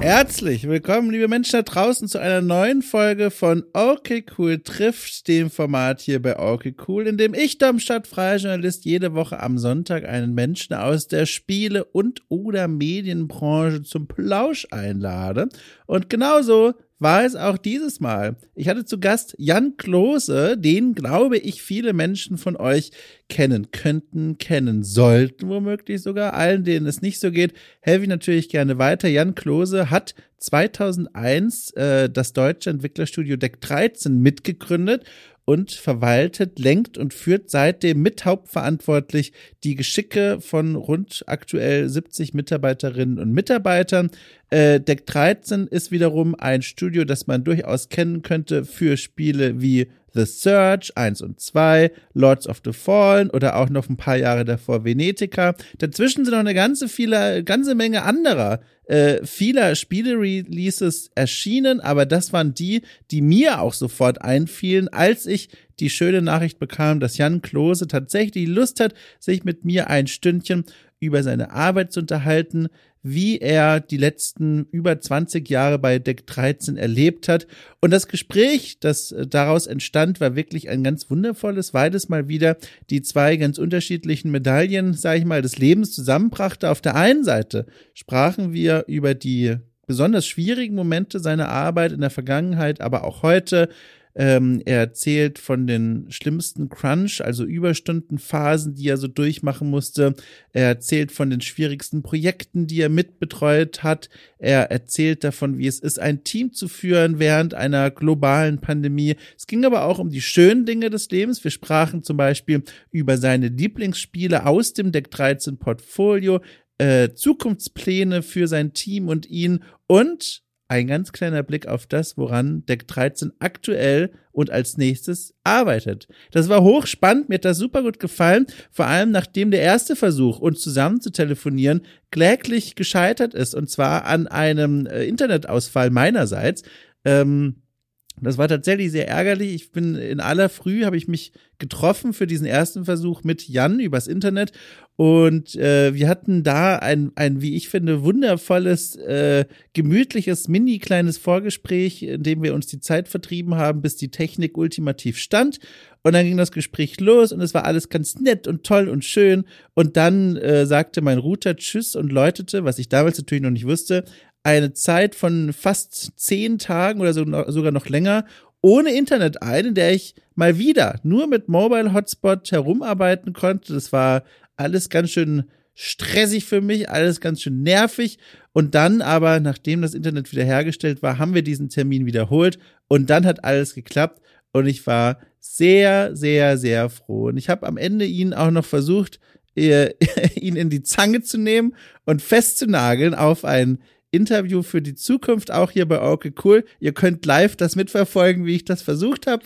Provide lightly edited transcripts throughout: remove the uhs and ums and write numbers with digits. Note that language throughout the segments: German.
Herzlich willkommen, liebe Menschen da draußen, zu einer neuen Folge von Okay Cool trifft, dem Format hier bei Okay Cool, in dem ich, Domstadt, freier Journalist, jede Woche am Sonntag einen Menschen aus der Spiele- und oder Medienbranche zum Plausch einlade. Und genauso war es auch dieses Mal. Ich hatte zu Gast Jan Klose, den, glaube ich, viele Menschen von euch kennen könnten, kennen sollten, womöglich sogar. Allen, denen es nicht so geht, helfe ich natürlich gerne weiter. Jan Klose hat 2001 das deutsche Entwicklerstudio Deck 13 mitgegründet und verwaltet, lenkt und führt seitdem mit hauptverantwortlich die Geschicke von rund aktuell 70 Mitarbeiterinnen und Mitarbeitern. Deck 13 ist wiederum ein Studio, das man durchaus kennen könnte für Spiele wie The Search 1 und 2, Lords of the Fallen oder auch noch ein paar Jahre davor Venetica. Dazwischen sind noch eine ganze Menge anderer vieler Spiele-Releases erschienen, aber das waren die mir auch sofort einfielen, als ich die schöne Nachricht bekam, dass Jan Klose tatsächlich Lust hat, sich mit mir ein Stündchen über seine Arbeit zu unterhalten, wie er die letzten über 20 Jahre bei Deck 13 erlebt hat. Und das Gespräch, das daraus entstand, war wirklich ein ganz wundervolles, weil es mal wieder die zwei ganz unterschiedlichen Medaillen, sage ich mal, des Lebens zusammenbrachte. Auf der einen Seite sprachen wir über die besonders schwierigen Momente seiner Arbeit in der Vergangenheit, aber auch heute. Er erzählt von den schlimmsten Crunch, also Überstundenphasen, die er so durchmachen musste. Er erzählt von den schwierigsten Projekten, die er mitbetreut hat. Er erzählt davon, wie es ist, ein Team zu führen während einer globalen Pandemie. Es ging aber auch um die schönen Dinge des Lebens. Wir sprachen zum Beispiel über seine Lieblingsspiele aus dem Deck 13 Portfolio, Zukunftspläne für sein Team und ihn und ein ganz kleiner Blick auf das, woran Deck 13 aktuell und als nächstes arbeitet. Das war hochspannend, mir hat das super gut gefallen, vor allem nachdem der erste Versuch, uns zusammen zu telefonieren, kläglich gescheitert ist, und zwar an einem Internetausfall meinerseits. Das war tatsächlich sehr ärgerlich. Ich bin in aller Früh, habe ich mich getroffen für diesen ersten Versuch mit Jan übers Internet und wir hatten da ein, wie ich finde, wundervolles, gemütliches, mini kleines Vorgespräch, in dem wir uns die Zeit vertrieben haben, bis die Technik ultimativ stand. Und dann ging das Gespräch los und es war alles ganz nett und toll und schön. Und dann sagte mein Router Tschüss und läutete, was ich damals natürlich noch nicht wusste, eine Zeit von fast 10 Tagen oder sogar noch länger ohne Internet ein, in der ich mal wieder nur mit Mobile Hotspot herumarbeiten konnte. Das war alles ganz schön stressig für mich, alles ganz schön nervig. Und dann aber, nachdem das Internet wieder hergestellt war, haben wir diesen Termin wiederholt und dann hat alles geklappt und ich war sehr, sehr, sehr froh. Und ich habe am Ende ihn auch noch versucht, ihn in die Zange zu nehmen und festzunageln auf ein Interview für die Zukunft, auch hier bei Okay Cool. Ihr könnt live das mitverfolgen, wie ich das versucht habe.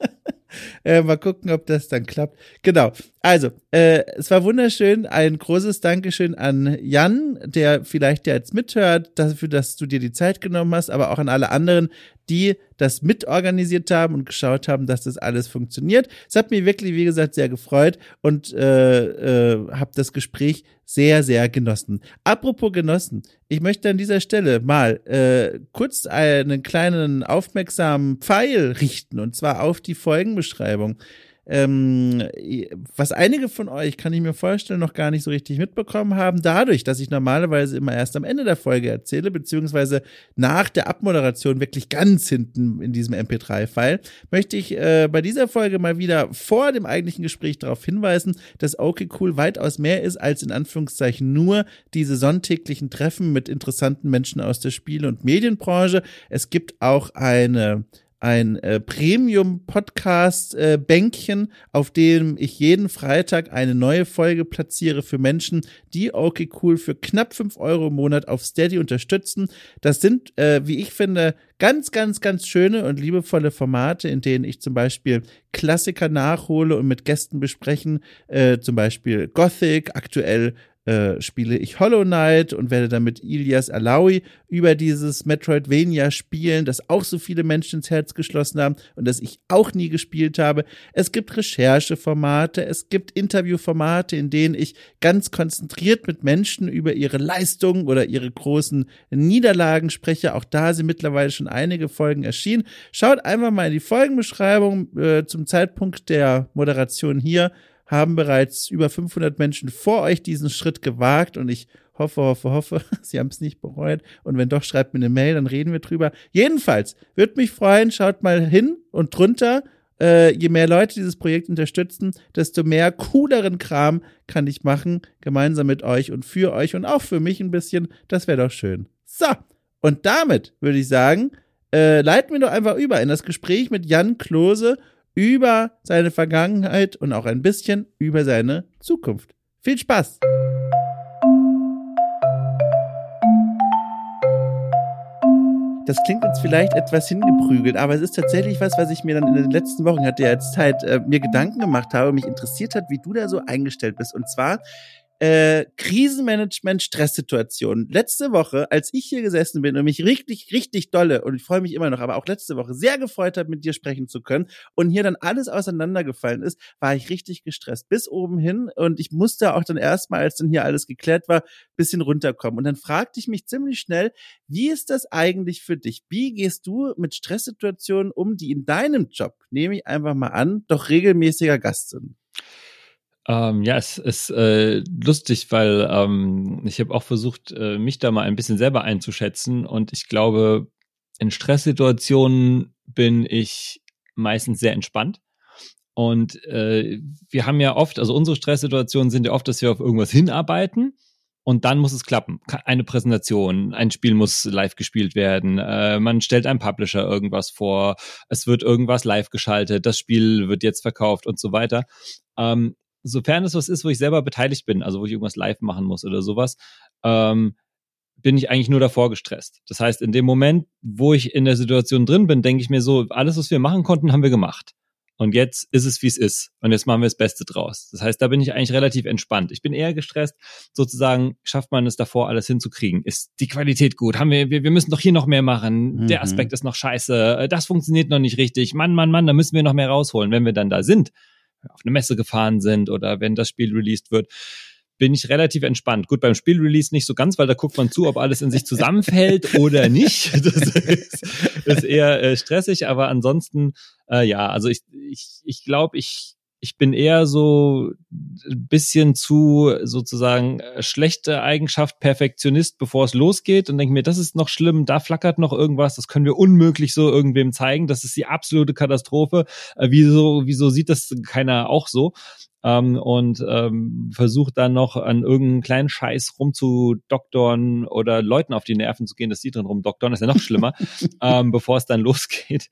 Mal gucken, ob das dann klappt. Genau, also, es war wunderschön. Ein großes Dankeschön an Jan, der vielleicht ja jetzt mithört, dafür, dass du dir die Zeit genommen hast, aber auch an alle anderen, die das mitorganisiert haben und geschaut haben, dass das alles funktioniert. Es hat mich wirklich, wie gesagt, sehr gefreut und habe das Gespräch sehr, sehr genossen. Apropos genossen, ich möchte an dieser Stelle mal kurz einen kleinen aufmerksamen Pfeil richten, und zwar auf die Folgenbeschreibung. Was einige von euch, kann ich mir vorstellen, noch gar nicht so richtig mitbekommen haben, dadurch, dass ich normalerweise immer erst am Ende der Folge erzähle, beziehungsweise nach der Abmoderation wirklich ganz hinten in diesem MP3-File, möchte ich bei dieser Folge mal wieder vor dem eigentlichen Gespräch darauf hinweisen, dass Okay Cool weitaus mehr ist als in Anführungszeichen nur diese sonntäglichen Treffen mit interessanten Menschen aus der Spiele- und Medienbranche. Es gibt auch ein Premium-Podcast-Bänkchen, auf dem ich jeden Freitag eine neue Folge platziere für Menschen, die Okay Cool für knapp 5 Euro im Monat auf Steady unterstützen. Das sind, wie ich finde, ganz, ganz, ganz schöne und liebevolle Formate, in denen ich zum Beispiel Klassiker nachhole und mit Gästen besprechen, zum Beispiel Gothic, aktuell spiele ich Hollow Knight und werde dann mit Ilyas Alaoui über dieses Metroidvania spielen, das auch so viele Menschen ins Herz geschlossen haben und das ich auch nie gespielt habe. Es gibt Rechercheformate, es gibt Interviewformate, in denen ich ganz konzentriert mit Menschen über ihre Leistungen oder ihre großen Niederlagen spreche. Auch da sind mittlerweile schon einige Folgen erschienen. Schaut einfach mal in die Folgenbeschreibung. Zum Zeitpunkt der Moderation hier haben bereits über 500 Menschen vor euch diesen Schritt gewagt und ich hoffe, sie haben es nicht bereut und wenn doch, schreibt mir eine Mail, dann reden wir drüber. Jedenfalls, würde mich freuen, schaut mal hin und drunter. Je mehr Leute dieses Projekt unterstützen, desto mehr cooleren Kram kann ich machen, gemeinsam mit euch und für euch und auch für mich ein bisschen. Das wäre doch schön. So, und damit würde ich sagen, leiten wir doch einfach über in das Gespräch mit Jan Klose über seine Vergangenheit und auch ein bisschen über seine Zukunft. Viel Spaß! Das klingt jetzt vielleicht etwas hingeprügelt, aber es ist tatsächlich was ich mir dann in den letzten Wochen, hatte ja jetzt Zeit, mir Gedanken gemacht habe, mich interessiert hat, wie du da so eingestellt bist. Und zwar Krisenmanagement, Stresssituationen. Letzte Woche, als ich hier gesessen bin und mich richtig dolle, und ich freue mich immer noch, aber auch letzte Woche sehr gefreut habe, mit dir sprechen zu können und hier dann alles auseinandergefallen ist, war ich richtig gestresst bis oben hin und ich musste auch dann erstmal, als dann hier alles geklärt war, bisschen runterkommen. Und dann fragte ich mich ziemlich schnell, wie ist das eigentlich für dich? Wie gehst du mit Stresssituationen um, die in deinem Job, nehme ich einfach mal an, doch regelmäßiger Gast sind? Ja, es ist lustig, weil ich habe auch versucht, mich da mal ein bisschen selber einzuschätzen und ich glaube, in Stresssituationen bin ich meistens sehr entspannt und wir haben ja oft, also unsere Stresssituationen sind ja oft, dass wir auf irgendwas hinarbeiten und dann muss es klappen. Eine Präsentation, ein Spiel muss live gespielt werden, man stellt einem Publisher irgendwas vor, es wird irgendwas live geschaltet, das Spiel wird jetzt verkauft und so weiter. Sofern es was ist, wo ich selber beteiligt bin, also wo ich irgendwas live machen muss oder sowas, bin ich eigentlich nur davor gestresst. Das heißt, in dem Moment, wo ich in der Situation drin bin, denke ich mir so, alles, was wir machen konnten, haben wir gemacht. Und jetzt ist es, wie es ist. Und jetzt machen wir das Beste draus. Das heißt, da bin ich eigentlich relativ entspannt. Ich bin eher gestresst, sozusagen, schafft man es davor, alles hinzukriegen? Ist die Qualität gut? Wir müssen doch hier noch mehr machen. Der Aspekt ist noch scheiße. Das funktioniert noch nicht richtig. Mann, da müssen wir noch mehr rausholen. Wenn wir dann da sind, auf eine Messe gefahren sind oder wenn das Spiel released wird, bin ich relativ entspannt. Gut, beim Spielrelease nicht so ganz, weil da guckt man zu, ob alles in sich zusammenfällt oder nicht. Das ist eher stressig, aber ansonsten, ja, also ich glaube, ich bin eher so ein bisschen zu sozusagen schlechte Eigenschaft Perfektionist, bevor es losgeht und denke mir, das ist noch schlimm, da flackert noch irgendwas, das können wir unmöglich so irgendwem zeigen, das ist die absolute Katastrophe. Wieso sieht das keiner auch so? Und versucht dann noch an irgendeinen kleinen Scheiß rumzudoktorn oder Leuten auf die Nerven zu gehen, dass die drin rumdoktorn, ist ja noch schlimmer, bevor es dann losgeht.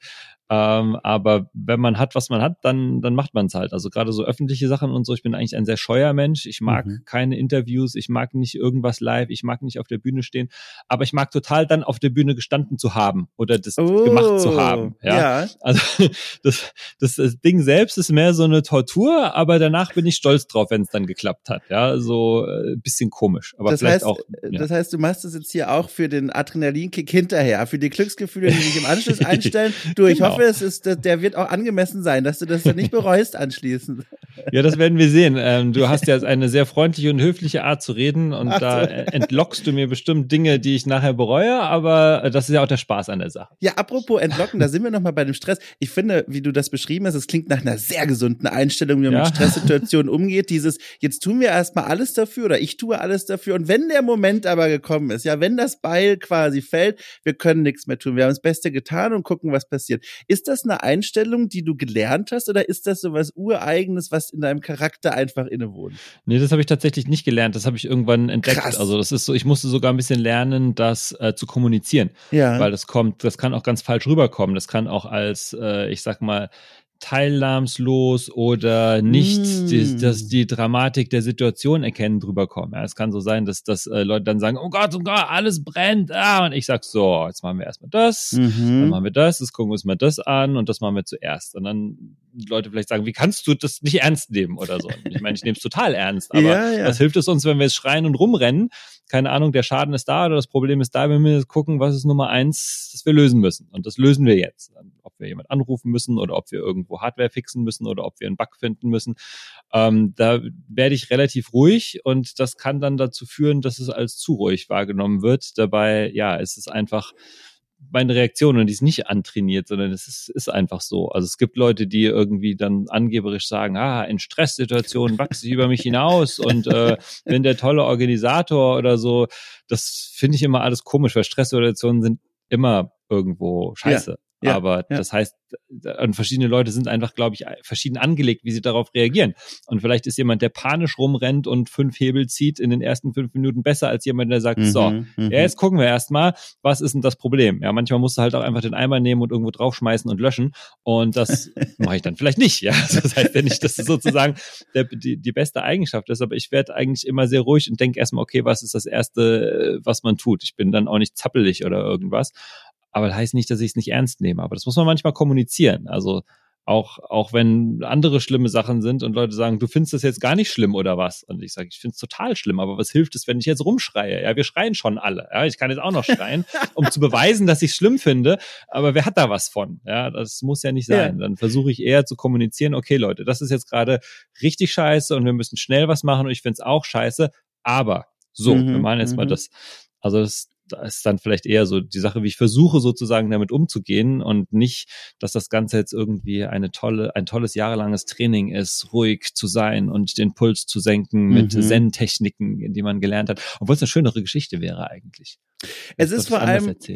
Aber wenn man hat, was man hat, dann macht man es halt. Also gerade so öffentliche Sachen und so. Ich bin eigentlich ein sehr scheuer Mensch. Ich mag keine Interviews. Ich mag nicht irgendwas live. Ich mag nicht auf der Bühne stehen. Aber ich mag total dann auf der Bühne gestanden zu haben oder das gemacht zu haben. Ja. Also das Ding selbst ist mehr so eine Tortur, aber danach bin ich stolz drauf, wenn es dann geklappt hat. Ja, so ein bisschen komisch. Aber das vielleicht heißt, auch. Ja. Das heißt, du machst es jetzt hier auch für den Adrenalinkick hinterher, für die Glücksgefühle, die sich im Anschluss einstellen. Du, ich hoffe, der wird auch angemessen sein, dass du das dann nicht bereust anschließend. Ja, das werden wir sehen. Du hast ja eine sehr freundliche und höfliche Art zu reden und da entlockst du mir bestimmt Dinge, die ich nachher bereue, aber das ist ja auch der Spaß an der Sache. Ja, apropos entlocken, da sind wir nochmal bei dem Stress. Ich finde, wie du das beschrieben hast, es klingt nach einer sehr gesunden Einstellung, wie man mit Stresssituationen umgeht. Jetzt tun wir erstmal alles dafür oder ich tue alles dafür und wenn der Moment aber gekommen ist, ja, wenn das Beil quasi fällt, wir können nichts mehr tun. Wir haben das Beste getan und gucken, was passiert. Ist das eine Einstellung, die du gelernt hast oder ist das so was Ureigenes, was in deinem Charakter einfach innewohnt? Nee, das habe ich tatsächlich nicht gelernt. Das habe ich irgendwann entdeckt. Krass. Also das ist so, ich musste sogar ein bisschen lernen, das zu kommunizieren. Ja. Weil das kann auch ganz falsch rüberkommen. Das kann auch als, ich sag mal, teilnahmslos oder nicht die Dramatik der Situation erkennen drüber kommen. Ja, es kann so sein, dass Leute dann sagen, oh Gott, alles brennt. Und ich sag so, jetzt machen wir erstmal das, dann machen wir das, jetzt gucken wir uns mal das an und das machen wir zuerst. Und dann Leute vielleicht sagen, wie kannst du das nicht ernst nehmen oder so? Und ich meine, ich nehme es total ernst, aber was hilft es uns, wenn wir jetzt schreien und rumrennen? Keine Ahnung, der Schaden ist da oder das Problem ist da, wenn wir jetzt gucken, was ist Nummer 1, das wir lösen müssen. Und das lösen wir jetzt. Ob wir jemand anrufen müssen oder ob wir irgendwo Hardware fixen müssen oder ob wir einen Bug finden müssen. Da werde ich relativ ruhig und das kann dann dazu führen, dass es als zu ruhig wahrgenommen wird. Dabei, es ist einfach meine Reaktion und die ist nicht antrainiert, sondern es ist einfach so. Also es gibt Leute, die irgendwie dann angeberisch sagen, in Stresssituationen wachse ich über mich hinaus und bin der tolle Organisator oder so. Das finde ich immer alles komisch, weil Stresssituationen sind immer irgendwo scheiße. Aber das heißt, verschiedene Leute sind einfach, glaube ich, verschieden angelegt, wie sie darauf reagieren. Und vielleicht ist jemand, der panisch rumrennt und 5 Hebel zieht in den ersten 5 Minuten besser als jemand, der sagt, jetzt gucken wir erstmal, was ist denn das Problem? Ja, manchmal musst du halt auch einfach den Eimer nehmen und irgendwo draufschmeißen und löschen. Und das mache ich dann vielleicht nicht. Ja, das heißt ja nicht, dass das sozusagen die beste Eigenschaft ist, aber ich werde eigentlich immer sehr ruhig und denke erstmal, okay, was ist das Erste, was man tut? Ich bin dann auch nicht zappelig oder irgendwas. Aber das heißt nicht, dass ich es nicht ernst nehme. Aber das muss man manchmal kommunizieren. Also auch wenn andere schlimme Sachen sind und Leute sagen, du findest das jetzt gar nicht schlimm oder was? Und ich sage, ich finde es total schlimm. Aber was hilft es, wenn ich jetzt rumschreie? Ja, wir schreien schon alle. Ja, ich kann jetzt auch noch schreien, um zu beweisen, dass ich es schlimm finde. Aber wer hat da was von? Ja, das muss ja nicht sein. Dann versuche ich eher zu kommunizieren, okay Leute, das ist jetzt gerade richtig scheiße und wir müssen schnell was machen und ich finde es auch scheiße. Aber wir machen jetzt mal das. Also da ist dann vielleicht eher so die Sache, wie ich versuche sozusagen damit umzugehen und nicht, dass das Ganze jetzt irgendwie ein tolles jahrelanges Training ist, ruhig zu sein und den Puls zu senken mit Zen-Techniken, die man gelernt hat, obwohl es eine schönere Geschichte wäre eigentlich. Es ist vor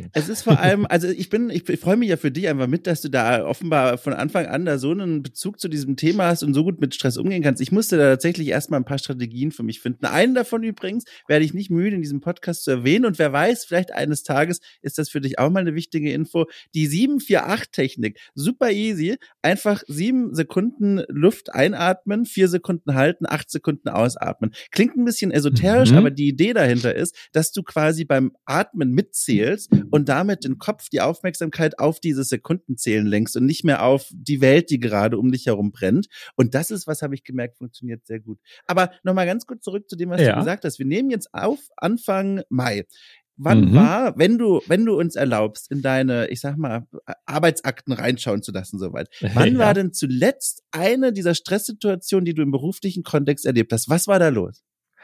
allem, also ich freue mich ja für dich einfach mit, dass du da offenbar von Anfang an da so einen Bezug zu diesem Thema hast und so gut mit Stress umgehen kannst. Ich musste da tatsächlich erstmal ein paar Strategien für mich finden. Einen davon übrigens werde ich nicht müde, in diesem Podcast zu erwähnen und wer weiß, vielleicht eines Tages ist das für dich auch mal eine wichtige Info. Die 7-4-8-Technik, super easy, einfach 7 Sekunden Luft einatmen, 4 Sekunden halten, 8 Sekunden ausatmen. Klingt ein bisschen esoterisch, aber die Idee dahinter ist, dass du quasi beim Atmen mitzählst und damit den Kopf, die Aufmerksamkeit auf dieses Sekundenzählen lenkst und nicht mehr auf die Welt, die gerade um dich herum brennt. Und das ist, was habe ich gemerkt, funktioniert sehr gut. Aber nochmal ganz kurz zurück zu dem, was du gesagt hast. Wir nehmen jetzt auf Anfang Mai. Wann war, wenn du uns erlaubst, in deine, ich sag mal, Arbeitsakten reinschauen zu lassen, soweit. Wann war denn zuletzt eine dieser Stresssituationen, die du im beruflichen Kontext erlebt hast? Was war da los?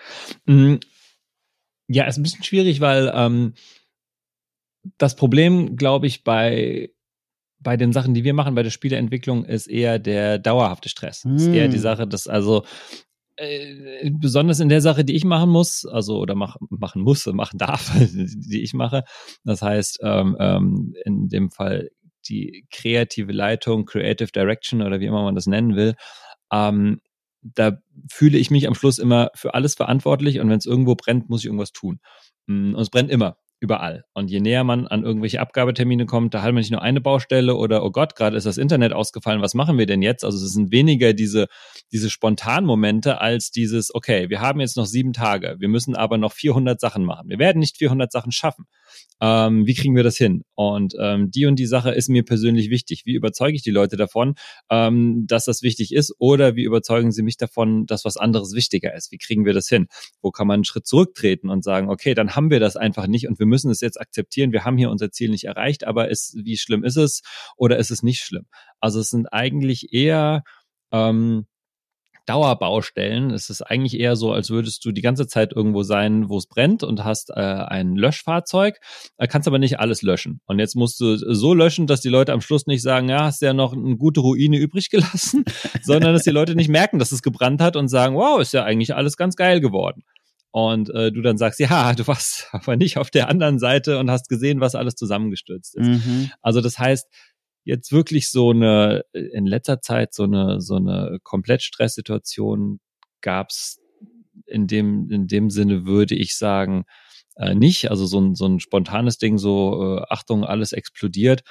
Ja, ist ein bisschen schwierig, weil das Problem, glaube ich, bei den Sachen, die wir machen, bei der Spieleentwicklung, ist eher der dauerhafte Stress. Ist eher die Sache, dass besonders in der Sache, die ich machen muss, also oder machen darf, die ich mache. Das heißt, in dem Fall die kreative Leitung, Creative Direction oder wie immer man das nennen will, da fühle ich mich am Schluss immer für alles verantwortlich und wenn es irgendwo brennt, muss ich irgendwas tun. Und es brennt immer, überall. Und je näher man an irgendwelche Abgabetermine kommt, da hat man nicht nur eine Baustelle oder, oh Gott, gerade ist das Internet ausgefallen, was machen wir denn jetzt? Also es sind weniger diese Spontanmomente als dieses, okay, wir haben jetzt noch 7 Tage, wir müssen aber noch 400 Sachen machen. Wir werden nicht 400 Sachen schaffen. Wie kriegen wir das hin? Und die und die Sache ist mir persönlich wichtig. Wie überzeuge ich die Leute davon, dass das wichtig ist? Oder wie überzeugen sie mich davon, dass was anderes wichtiger ist? Wie kriegen wir das hin? Wo kann man einen Schritt zurücktreten und sagen, okay, dann haben wir das einfach nicht und wir müssen es jetzt akzeptieren. Wir haben hier unser Ziel nicht erreicht, aber wie schlimm ist es oder ist es nicht schlimm? Also es sind eigentlich eher Dauerbaustellen. Es ist eigentlich eher so, als würdest du die ganze Zeit irgendwo sein, wo es brennt und hast ein Löschfahrzeug, kannst aber nicht alles löschen. Und jetzt musst du so löschen, dass die Leute am Schluss nicht sagen, ja, hast ja noch eine gute Ruine übrig gelassen, sondern dass die Leute nicht merken, dass es gebrannt hat und sagen, wow, ist ja eigentlich alles ganz geil geworden. Und du dann sagst, ja, du warst aber nicht auf der anderen Seite und hast gesehen, was alles zusammengestürzt ist. Also das heißt, jetzt wirklich in letzter Zeit so eine Komplettstresssituation gab's in dem Sinne, würde ich sagen, nicht. Also so ein spontanes Ding, Achtung, alles explodiert.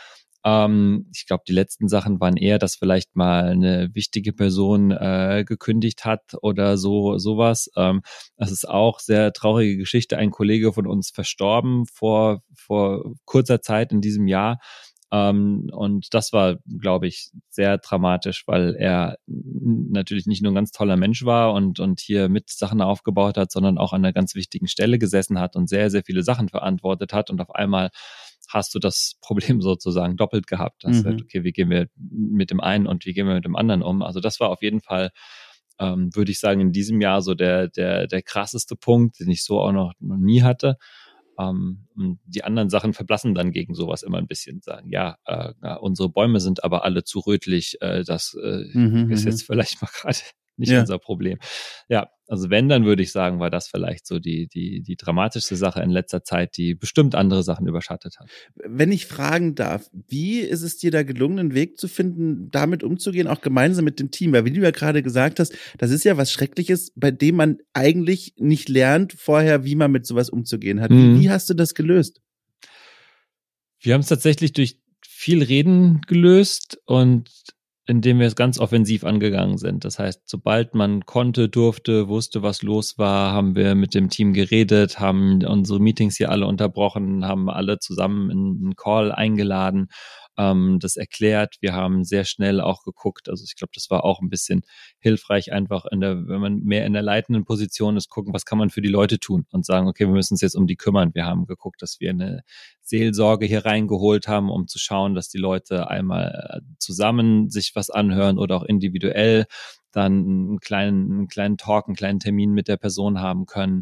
Ich glaube, die letzten Sachen waren eher, dass vielleicht mal eine wichtige Person gekündigt hat oder sowas. Das ist auch sehr traurige Geschichte. Ein Kollege von uns verstorben vor kurzer Zeit in diesem Jahr. Und das war, glaube ich, sehr dramatisch, weil er natürlich nicht nur ein ganz toller Mensch war und hier mit Sachen aufgebaut hat, sondern auch an einer ganz wichtigen Stelle gesessen hat und sehr, sehr viele Sachen verantwortet hat. Und auf einmal hast du das Problem sozusagen doppelt gehabt. Hast gesagt, okay, wie gehen wir mit dem einen und wie gehen wir mit dem anderen um? Also das war auf jeden Fall, würde ich sagen, in diesem Jahr so der krasseste Punkt, den ich so auch noch nie hatte. Und die anderen Sachen verblassen dann gegen sowas immer ein bisschen, sagen, unsere Bäume sind aber alle zu rötlich, das ist jetzt vielleicht mal gerade nicht unser Problem. Ja, also wenn, dann würde ich sagen, war das vielleicht so die dramatischste Sache in letzter Zeit, die bestimmt andere Sachen überschattet hat. Wenn ich fragen darf, wie ist es dir da gelungen, einen Weg zu finden, damit umzugehen, auch gemeinsam mit dem Team? Weil wie du ja gerade gesagt hast, das ist ja was Schreckliches, bei dem man eigentlich nicht lernt vorher, wie man mit sowas umzugehen hat. Wie hast du das gelöst? Wir haben es tatsächlich durch viel Reden gelöst und indem wir es ganz offensiv angegangen sind. Das heißt, sobald man konnte, durfte, wusste, was los war, haben wir mit dem Team geredet, haben unsere Meetings hier alle unterbrochen, haben alle zusammen in einen Call eingeladen, das erklärt. Wir haben sehr schnell auch geguckt, also ich glaube, das war auch ein bisschen hilfreich, einfach wenn man mehr in der leitenden Position ist, gucken, was kann man für die Leute tun und sagen, okay, wir müssen uns jetzt um die kümmern. Wir haben geguckt, dass wir eine Seelsorge hier reingeholt haben, um zu schauen, dass die Leute einmal zusammen sich was anhören oder auch individuell dann einen kleinen Talk, einen kleinen Termin mit der Person haben können.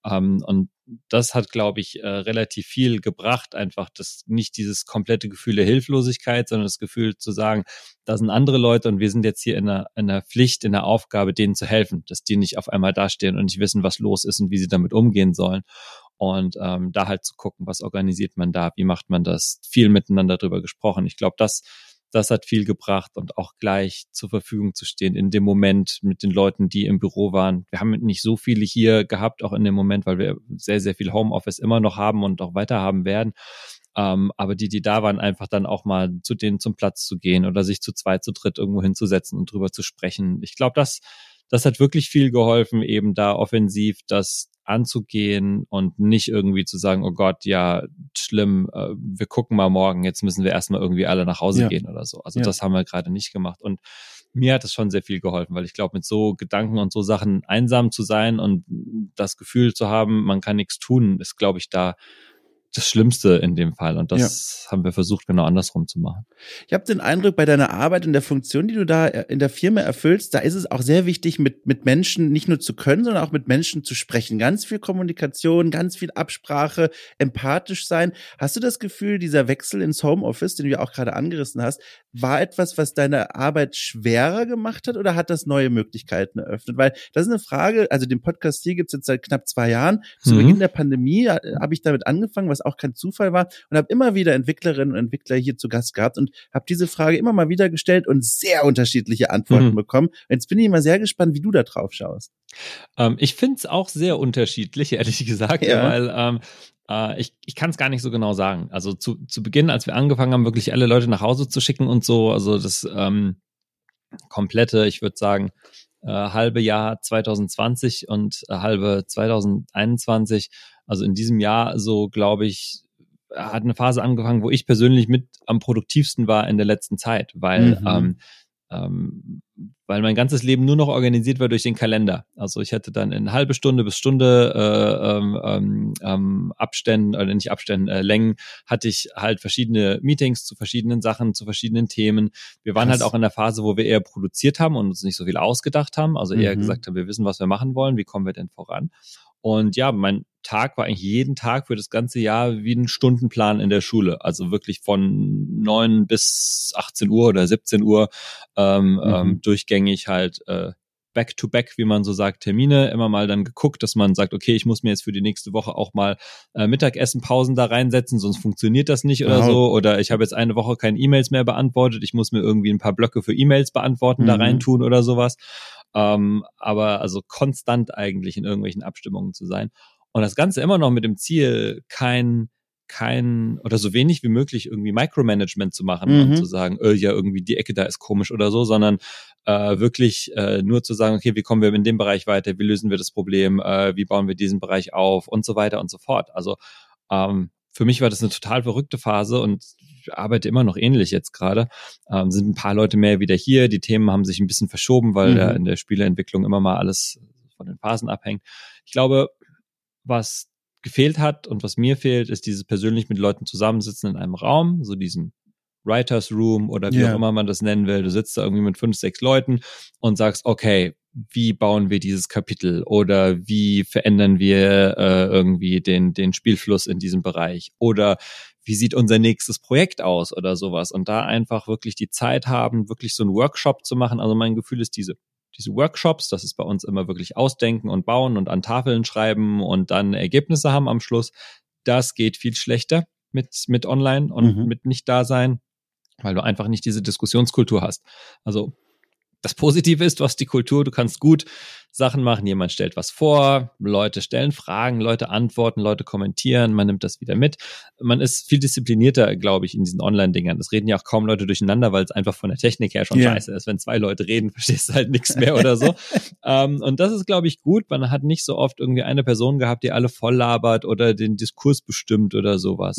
Und das hat, glaube ich, relativ viel gebracht, einfach das nicht dieses komplette Gefühl der Hilflosigkeit, sondern das Gefühl zu sagen, da sind andere Leute und wir sind jetzt hier in einer Pflicht, in der Aufgabe, denen zu helfen, dass die nicht auf einmal dastehen und nicht wissen, was los ist und wie sie damit umgehen sollen. Und da halt zu gucken, was organisiert man da, wie macht man das, viel miteinander drüber gesprochen. Ich glaube, das hat viel gebracht und auch gleich zur Verfügung zu stehen in dem Moment mit den Leuten, die im Büro waren. Wir haben nicht so viele hier gehabt, auch in dem Moment, weil wir sehr, sehr viel Homeoffice immer noch haben und auch weiter haben werden. Aber die da waren, einfach dann auch mal zu denen zum Platz zu gehen oder sich zu zweit, zu dritt irgendwo hinzusetzen und drüber zu sprechen. Ich glaube, das hat wirklich viel geholfen, eben da offensiv das anzugehen und nicht irgendwie zu sagen, oh Gott, ja, schlimm, wir gucken mal morgen, jetzt müssen wir erstmal irgendwie alle nach Hause gehen oder so. Also das haben wir gerade nicht gemacht. Und mir hat es schon sehr viel geholfen, weil ich glaube, mit so Gedanken und so Sachen einsam zu sein und das Gefühl zu haben, man kann nichts tun, ist, glaube ich, da das Schlimmste in dem Fall. Und das haben wir versucht, genau andersrum zu machen. Ich habe den Eindruck, bei deiner Arbeit und der Funktion, die du da in der Firma erfüllst, da ist es auch sehr wichtig, mit Menschen nicht nur zu können, sondern auch mit Menschen zu sprechen. Ganz viel Kommunikation, ganz viel Absprache, empathisch sein. Hast du das Gefühl, dieser Wechsel ins Homeoffice, den du ja auch gerade angerissen hast, war etwas, was deine Arbeit schwerer gemacht hat oder hat das neue Möglichkeiten eröffnet? Weil das ist eine Frage, also den Podcast hier gibt's jetzt seit knapp 2 Jahren. Zu Beginn der Pandemie habe ich damit angefangen, was auch kein Zufall war, und habe immer wieder Entwicklerinnen und Entwickler hier zu Gast gehabt und habe diese Frage immer mal wieder gestellt und sehr unterschiedliche Antworten bekommen. Jetzt bin ich immer sehr gespannt, wie du da drauf schaust. Ich finde es auch sehr unterschiedlich, ehrlich gesagt, weil ich kann es gar nicht so genau sagen. Also zu Beginn, als wir angefangen haben, wirklich alle Leute nach Hause zu schicken und so, also das komplette, ich würde sagen, halbe Jahr 2020 und halbe 2021, also in diesem Jahr so, glaube ich, hat eine Phase angefangen, wo ich persönlich mit am produktivsten war in der letzten Zeit, weil mein ganzes Leben nur noch organisiert war durch den Kalender. Also ich hatte dann in halbe Stunde bis Stunde Abständen, oder nicht Abständen, Längen, hatte ich halt verschiedene Meetings zu verschiedenen Sachen, zu verschiedenen Themen. Wir waren halt auch in der Phase, wo wir eher produziert haben und uns nicht so viel ausgedacht haben, also eher gesagt haben, wir wissen, was wir machen wollen, wie kommen wir denn voran? Und ja, mein Tag war eigentlich jeden Tag für das ganze Jahr wie ein Stundenplan in der Schule. Also wirklich von 9 bis 18 Uhr oder 17 Uhr durchgängig halt back-to-back, wie man so sagt, Termine. Immer mal dann geguckt, dass man sagt, okay, ich muss mir jetzt für die nächste Woche auch mal Mittagessenpausen da reinsetzen, sonst funktioniert das nicht oder so. Oder ich habe jetzt eine Woche keine E-Mails mehr beantwortet. Ich muss mir irgendwie ein paar Blöcke für E-Mails beantworten da reintun oder sowas. Aber also konstant eigentlich in irgendwelchen Abstimmungen zu sein. Und das Ganze immer noch mit dem Ziel, kein kein oder so wenig wie möglich irgendwie Micromanagement zu machen und zu sagen, ja, irgendwie die Ecke da ist komisch oder so, sondern wirklich nur zu sagen, okay, wie kommen wir in dem Bereich weiter, wie lösen wir das Problem, wie bauen wir diesen Bereich auf und so weiter und so fort. Also für mich war das eine total verrückte Phase und ich arbeite immer noch ähnlich jetzt gerade. Sind ein paar Leute mehr wieder hier, die Themen haben sich ein bisschen verschoben, weil in der Spieleentwicklung immer mal alles von den Phasen abhängt. Ich glaube, was gefehlt hat und was mir fehlt, ist dieses persönlich mit Leuten zusammensitzen in einem Raum, so diesen Writers Room oder wie auch immer man das nennen will. Du sitzt da irgendwie mit 5, 6 Leuten und sagst, okay, wie bauen wir dieses Kapitel oder wie verändern wir irgendwie den Spielfluss in diesem Bereich oder wie sieht unser nächstes Projekt aus oder sowas und da einfach wirklich die Zeit haben, wirklich so einen Workshop zu machen. Also mein Gefühl ist diese Workshops, das ist bei uns immer wirklich ausdenken und bauen und an Tafeln schreiben und dann Ergebnisse haben am Schluss. Das geht viel schlechter mit online und mit nicht da sein, weil du einfach nicht diese Diskussionskultur hast. Also das Positive ist, du hast die Kultur, du kannst gut Sachen machen, jemand stellt was vor, Leute stellen Fragen, Leute antworten, Leute kommentieren, man nimmt das wieder mit. Man ist viel disziplinierter, glaube ich, in diesen Online-Dingern. Es reden ja auch kaum Leute durcheinander, weil es einfach von der Technik her schon scheiße ist. Wenn 2 Leute reden, verstehst du halt nichts mehr oder so. Und das ist, glaube ich, gut. Man hat nicht so oft irgendwie eine Person gehabt, die alle voll labert oder den Diskurs bestimmt oder sowas.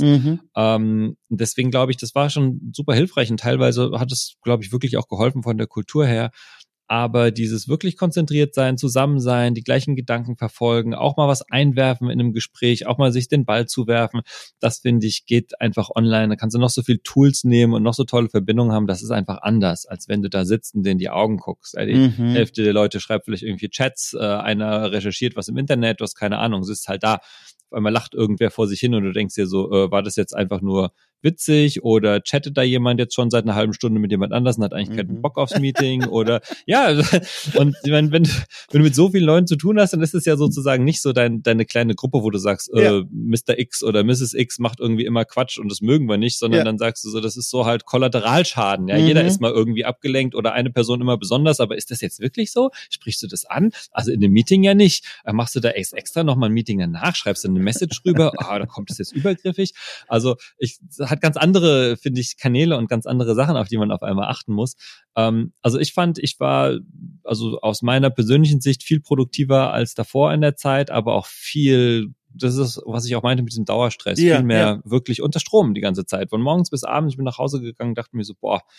Deswegen glaube ich, das war schon super hilfreich und teilweise hat es, glaube ich, wirklich auch geholfen von der Kultur her. Aber dieses wirklich konzentriert sein, zusammen sein, die gleichen Gedanken verfolgen, auch mal was einwerfen in einem Gespräch, auch mal sich den Ball zuwerfen, das finde ich geht einfach online. Da kannst du noch so viel Tools nehmen und noch so tolle Verbindungen haben. Das ist einfach anders, als wenn du da sitzt und dir in die Augen guckst. Die Hälfte der Leute schreibt vielleicht irgendwie Chats, einer recherchiert was im Internet, du hast keine Ahnung, sitzt halt da. Auf einmal lacht irgendwer vor sich hin und du denkst dir so, war das jetzt einfach nur witzig oder chattet da jemand jetzt schon seit einer halben Stunde mit jemand anders und hat eigentlich keinen Bock aufs Meeting oder ja, und ich meine, wenn du mit so vielen Leuten zu tun hast, dann ist es ja sozusagen nicht so deine kleine Gruppe, wo du sagst, Mr. X oder Mrs. X macht irgendwie immer Quatsch und das mögen wir nicht, sondern dann sagst du so, das ist so halt Kollateralschaden, ja, jeder ist mal irgendwie abgelenkt oder eine Person immer besonders, aber ist das jetzt wirklich so? Sprichst du das an? Also in einem Meeting ja nicht. Machst du da extra nochmal ein Meeting danach? Schreibst du eine Message rüber? Da kommt es jetzt übergriffig. Also hat ganz andere, finde ich, Kanäle und ganz andere Sachen, auf die man auf einmal achten muss. Also ich fand, ich war also aus meiner persönlichen Sicht viel produktiver als davor in der Zeit, aber auch viel, das ist, was ich auch meinte mit diesem Dauerstress, viel mehr wirklich unter Strom die ganze Zeit. Von morgens bis abends, ich bin nach Hause gegangen, dachte mir so,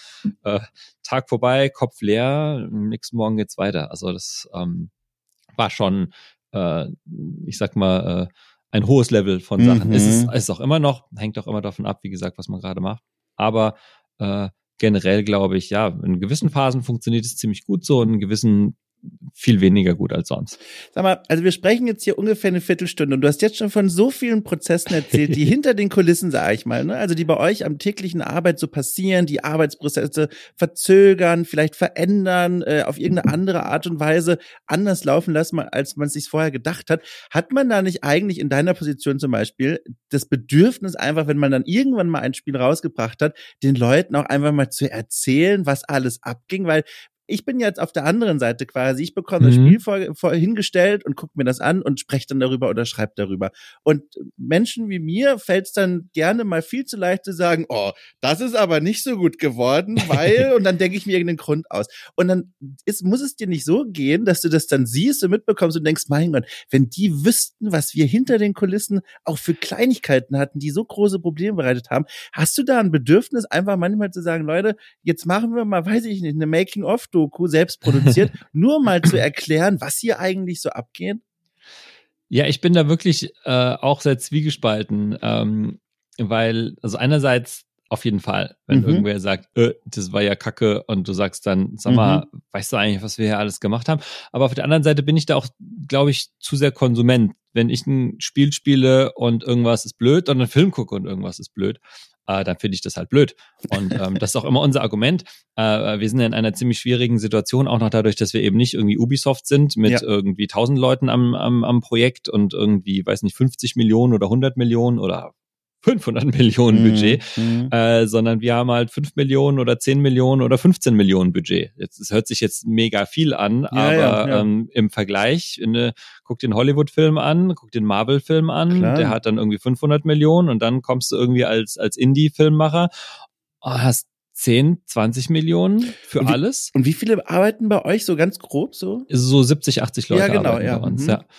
Tag vorbei, Kopf leer, am nächsten Morgen geht's weiter. Also das war schon, ich sag mal, ein hohes Level von Sachen. Ist auch immer noch, hängt auch immer davon ab, wie gesagt, was man gerade macht. Aber generell glaube ich, ja, in gewissen Phasen funktioniert es ziemlich gut so, in gewissen viel weniger gut als sonst. Sag mal, also wir sprechen jetzt hier ungefähr eine Viertelstunde und du hast jetzt schon von so vielen Prozessen erzählt, die hinter den Kulissen, sag ich mal, ne? Also die bei euch am täglichen Arbeit so passieren, die Arbeitsprozesse verzögern, vielleicht verändern, auf irgendeine andere Art und Weise anders laufen lassen, als man es sich vorher gedacht hat. Hat man da nicht eigentlich in deiner Position zum Beispiel das Bedürfnis einfach, wenn man dann irgendwann mal ein Spiel rausgebracht hat, den Leuten auch einfach mal zu erzählen, was alles abging, weil ich bin jetzt auf der anderen Seite quasi. Ich bekomme das Spiel hingestellt und gucke mir das an und spreche dann darüber oder schreibe darüber. Und Menschen wie mir fällt es dann gerne mal viel zu leicht zu sagen, oh, das ist aber nicht so gut geworden, weil, und dann denke ich mir irgendeinen Grund aus. Und dann muss es dir nicht so gehen, dass du das dann siehst und mitbekommst und denkst, mein Gott, wenn die wüssten, was wir hinter den Kulissen auch für Kleinigkeiten hatten, die so große Probleme bereitet haben, hast du da ein Bedürfnis, einfach manchmal zu sagen, Leute, jetzt machen wir mal, weiß ich nicht, eine Making-of-Doku selbst produziert, nur mal zu erklären, was hier eigentlich so abgeht? Ja, ich bin da wirklich auch sehr zwiegespalten, weil, also einerseits auf jeden Fall, wenn irgendwer sagt, das war ja Kacke und du sagst dann, sag mal, weißt du eigentlich, was wir hier alles gemacht haben? Aber auf der anderen Seite bin ich da auch, glaube ich, zu sehr Konsument. Wenn ich ein Spiel spiele und irgendwas ist blöd und einen Film gucke und irgendwas ist blöd, dann finde ich das halt blöd. Und das ist auch immer unser Argument. Wir sind ja in einer ziemlich schwierigen Situation, auch noch dadurch, dass wir eben nicht irgendwie Ubisoft sind mit irgendwie 1000 Leuten am Projekt und irgendwie, weiß nicht, 50 Millionen oder 100 Millionen oder 500 Millionen Budget, sondern wir haben halt 5 Millionen oder 10 Millionen oder 15 Millionen Budget. Es hört sich jetzt mega viel an, aber im Vergleich, guck den Hollywood-Film an, guck den Marvel-Film an, klar, der hat dann irgendwie 500 Millionen und dann kommst du irgendwie als Indie-Filmmacher, hast 10, 20 Millionen für alles. Und wie viele arbeiten bei euch so ganz grob so? So 70, 80 Leute arbeiten bei uns, ja.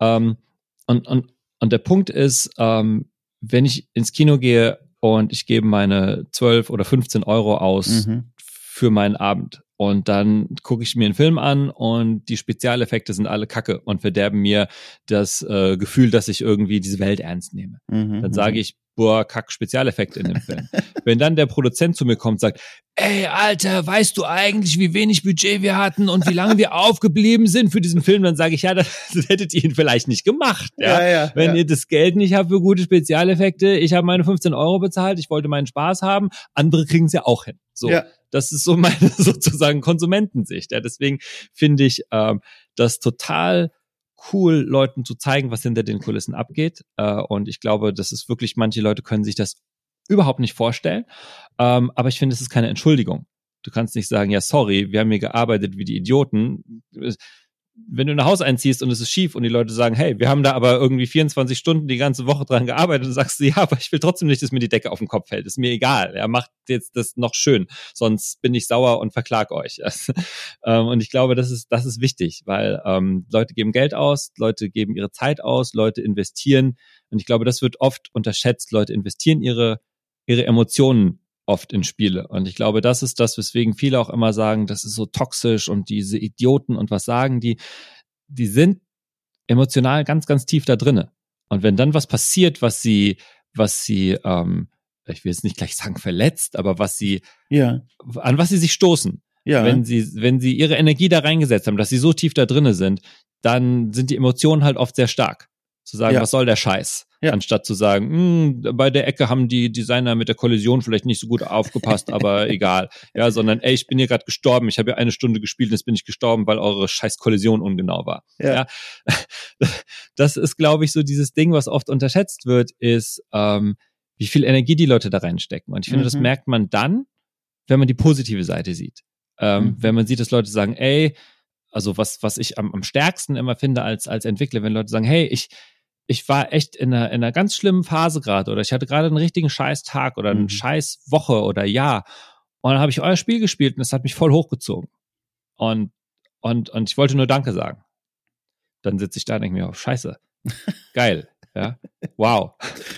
Und der Punkt ist, wenn ich ins Kino gehe und ich gebe meine 12 oder 15 Euro aus für meinen Abend und dann gucke ich mir einen Film an und die Spezialeffekte sind alle Kacke und verderben mir das Gefühl, dass ich irgendwie diese Welt ernst nehme. Dann sage ich, boah, kack Spezialeffekte in dem Film. Wenn dann der Produzent zu mir kommt und sagt, ey, Alter, weißt du eigentlich, wie wenig Budget wir hatten und wie lange wir aufgeblieben sind für diesen Film, dann sage ich, ja, das hättet ihr ihn vielleicht nicht gemacht. Ja? Wenn ihr das Geld nicht habt für gute Spezialeffekte, ich habe meine 15 Euro bezahlt, ich wollte meinen Spaß haben, andere kriegen es ja auch hin. So, das ist so meine sozusagen Konsumentensicht. Ja? Deswegen finde ich das total cool, Leuten zu zeigen, was hinter den Kulissen abgeht. Und ich glaube, das ist wirklich, manche Leute können sich das überhaupt nicht vorstellen. Aber ich finde, es ist keine Entschuldigung. Du kannst nicht sagen, ja, sorry, wir haben hier gearbeitet wie die Idioten. Wenn du in ein Haus einziehst und es ist schief und die Leute sagen, hey, wir haben da aber irgendwie 24 Stunden die ganze Woche dran gearbeitet, und sagst du, ja, aber ich will trotzdem nicht, dass mir die Decke auf den Kopf fällt. Ist mir egal. Ja, macht jetzt das noch schön. Sonst bin ich sauer und verklag euch. Und ich glaube, das ist wichtig, weil Leute geben Geld aus, Leute geben ihre Zeit aus, Leute investieren. Und ich glaube, das wird oft unterschätzt. Leute investieren ihre Emotionen oft in Spiele. Und ich glaube, das ist das, weswegen viele auch immer sagen, das ist so toxisch und diese Idioten und was sagen die sind emotional ganz, ganz tief da drinne. Und wenn dann was passiert, was sie, ich will jetzt nicht gleich sagen verletzt, aber an was sie sich stoßen, wenn sie ihre Energie da reingesetzt haben, dass sie so tief da drinne sind, dann sind die Emotionen halt oft sehr stark. Zu sagen, was soll der Scheiß? Anstatt zu sagen, bei der Ecke haben die Designer mit der Kollision vielleicht nicht so gut aufgepasst, aber egal. Ja, sondern, ey, ich bin hier gerade gestorben, ich habe hier 1 Stunde gespielt und jetzt bin ich gestorben, weil eure scheiß Kollision ungenau war. Ja. Das ist, glaube ich, so dieses Ding, was oft unterschätzt wird, ist, wie viel Energie die Leute da reinstecken. Und ich finde, das merkt man dann, wenn man die positive Seite sieht. Wenn man sieht, dass Leute sagen, ey, also was ich am stärksten immer finde als Entwickler, wenn Leute sagen, hey, ich war echt in einer ganz schlimmen Phase gerade oder ich hatte gerade einen richtigen Scheiß-Tag oder eine Scheiß-Woche oder Jahr und dann habe ich euer Spiel gespielt und es hat mich voll hochgezogen und ich wollte nur Danke sagen. Dann sitze ich da und denke mir, oh, scheiße, geil, ja, wow,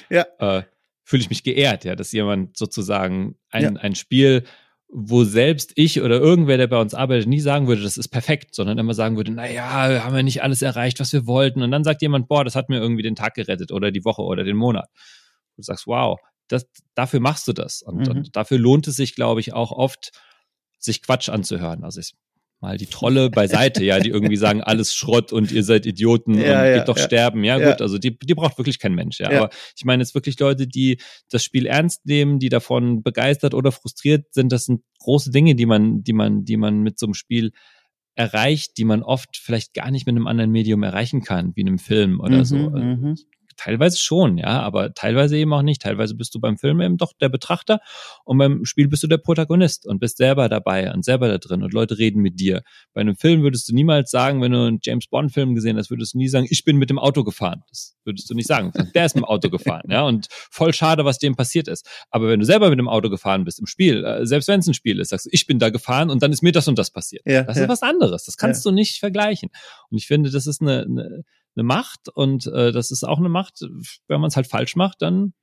fühle ich mich geehrt, ja, dass jemand sozusagen ein Spiel, wo selbst ich oder irgendwer, der bei uns arbeitet, nie sagen würde, das ist perfekt, sondern immer sagen würde, naja, haben wir nicht alles erreicht, was wir wollten. Und dann sagt jemand, boah, das hat mir irgendwie den Tag gerettet oder die Woche oder den Monat. Du sagst, wow, dafür machst du das. Und dafür lohnt es sich, glaube ich, auch oft, sich Quatsch anzuhören. Also mal die Trolle beiseite, ja, die irgendwie sagen, alles Schrott und ihr seid Idioten und geht doch sterben. Ja, gut, also die braucht wirklich kein Mensch. Ja. Aber ich meine jetzt wirklich Leute, die das Spiel ernst nehmen, die davon begeistert oder frustriert sind. Das sind große Dinge, die man mit so einem Spiel erreicht, die man oft vielleicht gar nicht mit einem anderen Medium erreichen kann, wie einem Film oder so. Teilweise schon, ja, aber teilweise eben auch nicht. Teilweise bist du beim Film eben doch der Betrachter und beim Spiel bist du der Protagonist und bist selber dabei und selber da drin und Leute reden mit dir. Bei einem Film würdest du niemals sagen, wenn du einen James-Bond-Film gesehen hast, würdest du nie sagen, ich bin mit dem Auto gefahren. Das würdest du nicht sagen. Der ist mit dem Auto gefahren, ja, und voll schade, was dem passiert ist. Aber wenn du selber mit dem Auto gefahren bist im Spiel, selbst wenn es ein Spiel ist, sagst du, ich bin da gefahren und dann ist mir das und das passiert. Das ist was anderes. Das kannst du nicht vergleichen. Und ich finde, das ist eine Macht und das ist auch eine Macht, wenn man es halt falsch macht, dann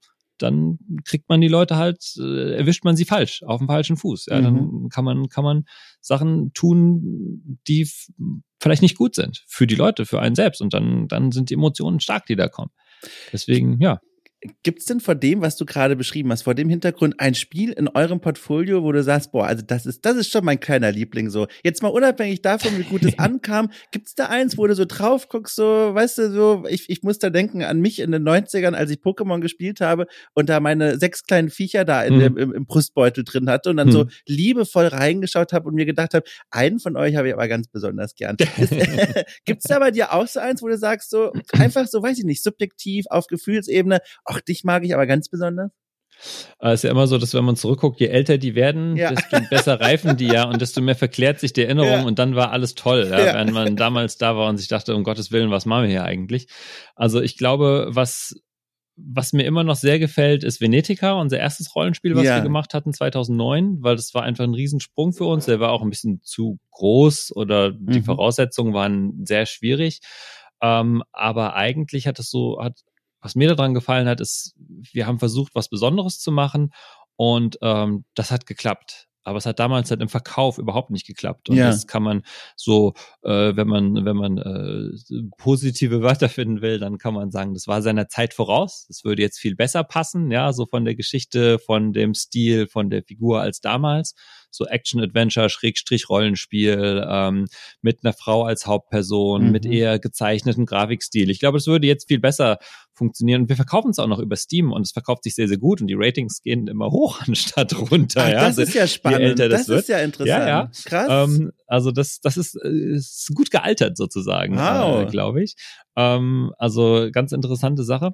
kriegt man die Leute halt, erwischt man sie falsch, auf dem falschen Fuß. Ja, dann kann man Sachen tun, die vielleicht nicht gut sind für die Leute, für einen selbst und dann sind die Emotionen stark, die da kommen. Deswegen, ja. Gibt's denn vor dem, was du gerade beschrieben hast, vor dem Hintergrund ein Spiel in eurem Portfolio, wo du sagst, boah, also das ist schon mein kleiner Liebling so. Jetzt mal unabhängig davon, wie gut es ankam, gibt's da eins, wo du so drauf guckst, so, weißt du, so, ich muss da denken an mich in den 90ern, als ich Pokémon gespielt habe und da meine 6 kleinen Viecher da im Brustbeutel drin hatte und dann so liebevoll reingeschaut habe und mir gedacht habe, einen von euch habe ich aber ganz besonders gern. Gibt's da bei dir auch so eins, wo du sagst, so, einfach so, weiß ich nicht, subjektiv, auf Gefühlsebene, Ach, dich mag ich aber ganz besonders. Es ist ja immer so, dass wenn man zurückguckt, je älter die werden, desto besser reifen die ja und desto mehr verklärt sich die Erinnerung und dann war alles toll, wenn man damals da war und sich dachte, um Gottes Willen, was machen wir hier eigentlich? Also ich glaube, was mir immer noch sehr gefällt, ist Venetica, unser erstes Rollenspiel, was wir gemacht hatten 2009, weil das war einfach ein Riesensprung für uns. Der war auch ein bisschen zu groß oder die Voraussetzungen waren sehr schwierig. Aber eigentlich was mir daran gefallen hat, ist, wir haben versucht, was Besonderes zu machen und das hat geklappt. Aber es hat damals halt im Verkauf überhaupt nicht geklappt. Und das kann man so, wenn man positive Wörter finden will, dann kann man sagen, das war seiner Zeit voraus. Das würde jetzt viel besser passen, ja, so von der Geschichte, von dem Stil, von der Figur als damals. So Action-Adventure, Rollenspiel, mit einer Frau als Hauptperson, mit eher gezeichnetem Grafikstil. Ich glaube, das würde jetzt viel besser funktionieren. Und wir verkaufen es auch noch über Steam und es verkauft sich sehr, sehr gut und die Ratings gehen immer hoch anstatt runter. Ach, das ist ja spannend. Je älter das wird. Ist ja interessant. Ja. Krass. Also das ist gut gealtert sozusagen, glaube ich. Also ganz interessante Sache.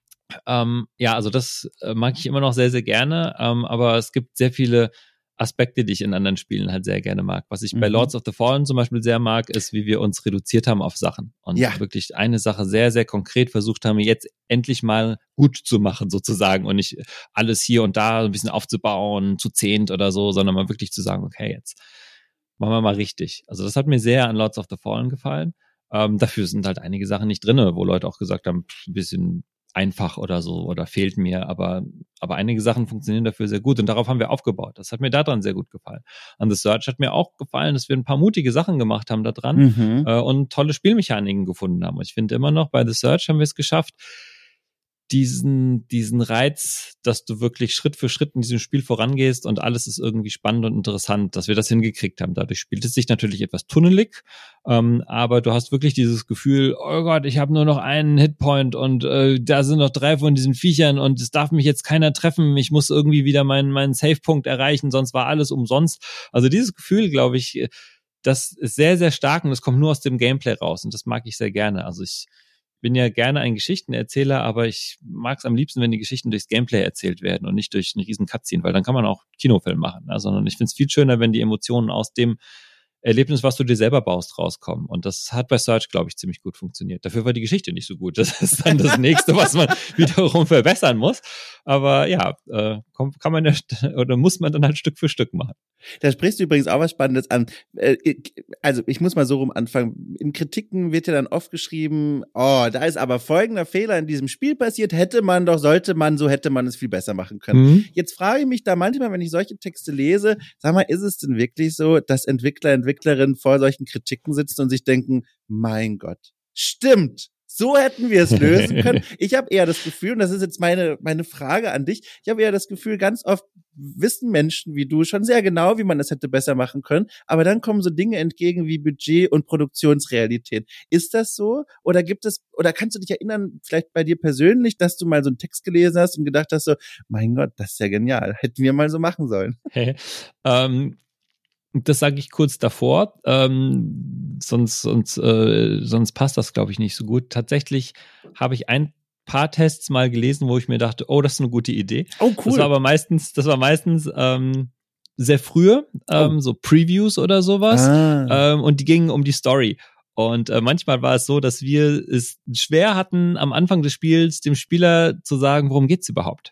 Also das mag ich immer noch sehr, sehr gerne. Aber es gibt sehr viele Aspekte, die ich in anderen Spielen halt sehr gerne mag. Was ich bei Lords of the Fallen zum Beispiel sehr mag, ist, wie wir uns reduziert haben auf Sachen und wirklich eine Sache sehr, sehr konkret versucht haben, jetzt endlich mal gut zu machen sozusagen und nicht alles hier und da ein bisschen aufzubauen, zu 10 oder so, sondern mal wirklich zu sagen, okay, jetzt machen wir mal richtig. Also das hat mir sehr an Lords of the Fallen gefallen. Dafür sind halt einige Sachen nicht drin, wo Leute auch gesagt haben, ein bisschen einfach oder so oder fehlt mir, aber einige Sachen funktionieren dafür sehr gut und darauf haben wir aufgebaut. Das hat mir daran sehr gut gefallen. An The Search hat mir auch gefallen, dass wir ein paar mutige Sachen gemacht haben da dran und tolle Spielmechaniken gefunden haben. Und ich finde immer noch, bei The Search haben wir es geschafft, diesen Reiz, dass du wirklich Schritt für Schritt in diesem Spiel vorangehst und alles ist irgendwie spannend und interessant, dass wir das hingekriegt haben. Dadurch spielt es sich natürlich etwas tunnelig, aber du hast wirklich dieses Gefühl, oh Gott, ich habe nur noch einen Hitpoint und da sind noch 3 von diesen Viechern und es darf mich jetzt keiner treffen, ich muss irgendwie wieder meinen Save-Punkt erreichen, sonst war alles umsonst. Also dieses Gefühl, glaube ich, das ist sehr, sehr stark und das kommt nur aus dem Gameplay raus und das mag ich sehr gerne. Also ich bin ja gerne ein Geschichtenerzähler, aber ich mag es am liebsten, wenn die Geschichten durchs Gameplay erzählt werden und nicht durch einen riesen Cutscene, weil dann kann man auch Kinofilm machen, sondern ich finde es viel schöner, wenn die Emotionen aus dem Erlebnis, was du dir selber baust, rauskommen. Und das hat bei Search, glaube ich, ziemlich gut funktioniert. Dafür war die Geschichte nicht so gut. Das ist dann das Nächste, was man wiederum verbessern muss. Aber kann man oder muss man dann halt Stück für Stück machen. Da sprichst du übrigens auch was Spannendes an. Also ich muss mal so rum anfangen. In Kritiken wird ja dann oft geschrieben, da ist aber folgender Fehler in diesem Spiel passiert, hätte man es viel besser machen können. Jetzt frage ich mich da manchmal, wenn ich solche Texte lese, sag mal, ist es denn wirklich so, dass Entwicklerinnen vor solchen Kritiken sitzen und sich denken, mein Gott, stimmt, so hätten wir es lösen können. Ich habe eher das Gefühl, und das ist jetzt meine Frage an dich, ich habe eher das Gefühl, ganz oft wissen Menschen wie du schon sehr genau, wie man das hätte besser machen können, aber dann kommen so Dinge entgegen wie Budget und Produktionsrealität. Ist das so? Oder kannst du dich erinnern, vielleicht bei dir persönlich, dass du mal so einen Text gelesen hast und gedacht hast so, mein Gott, das ist ja genial, hätten wir mal so machen sollen. Das sage ich kurz davor, sonst passt das, glaube ich, nicht so gut. Tatsächlich habe ich ein paar Tests mal gelesen, wo ich mir dachte, oh, das ist eine gute Idee. Oh, cool. Das war meistens sehr früh, so Previews oder sowas. Und die gingen um die Story. Und manchmal war es so, dass wir es schwer hatten, am Anfang des Spiels dem Spieler zu sagen, worum geht's überhaupt?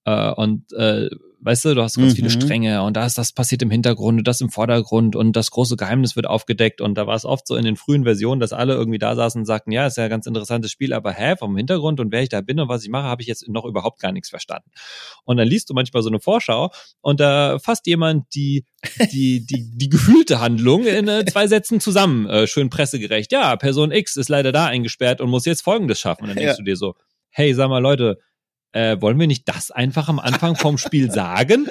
Weißt du hast ganz viele Stränge und das passiert im Hintergrund und das im Vordergrund und das große Geheimnis wird aufgedeckt und da war es oft so in den frühen Versionen, dass alle irgendwie da saßen und sagten, ja, ist ja ein ganz interessantes Spiel, aber vom Hintergrund und wer ich da bin und was ich mache, habe ich jetzt noch überhaupt gar nichts verstanden. Und dann liest du manchmal so eine Vorschau und da fasst jemand die gefühlte Handlung in 2 Sätzen zusammen, schön pressegerecht. Ja, Person X ist leider da eingesperrt und muss jetzt Folgendes schaffen. Und dann denkst du dir so, hey, sag mal Leute, wollen wir nicht das einfach am Anfang vom Spiel sagen?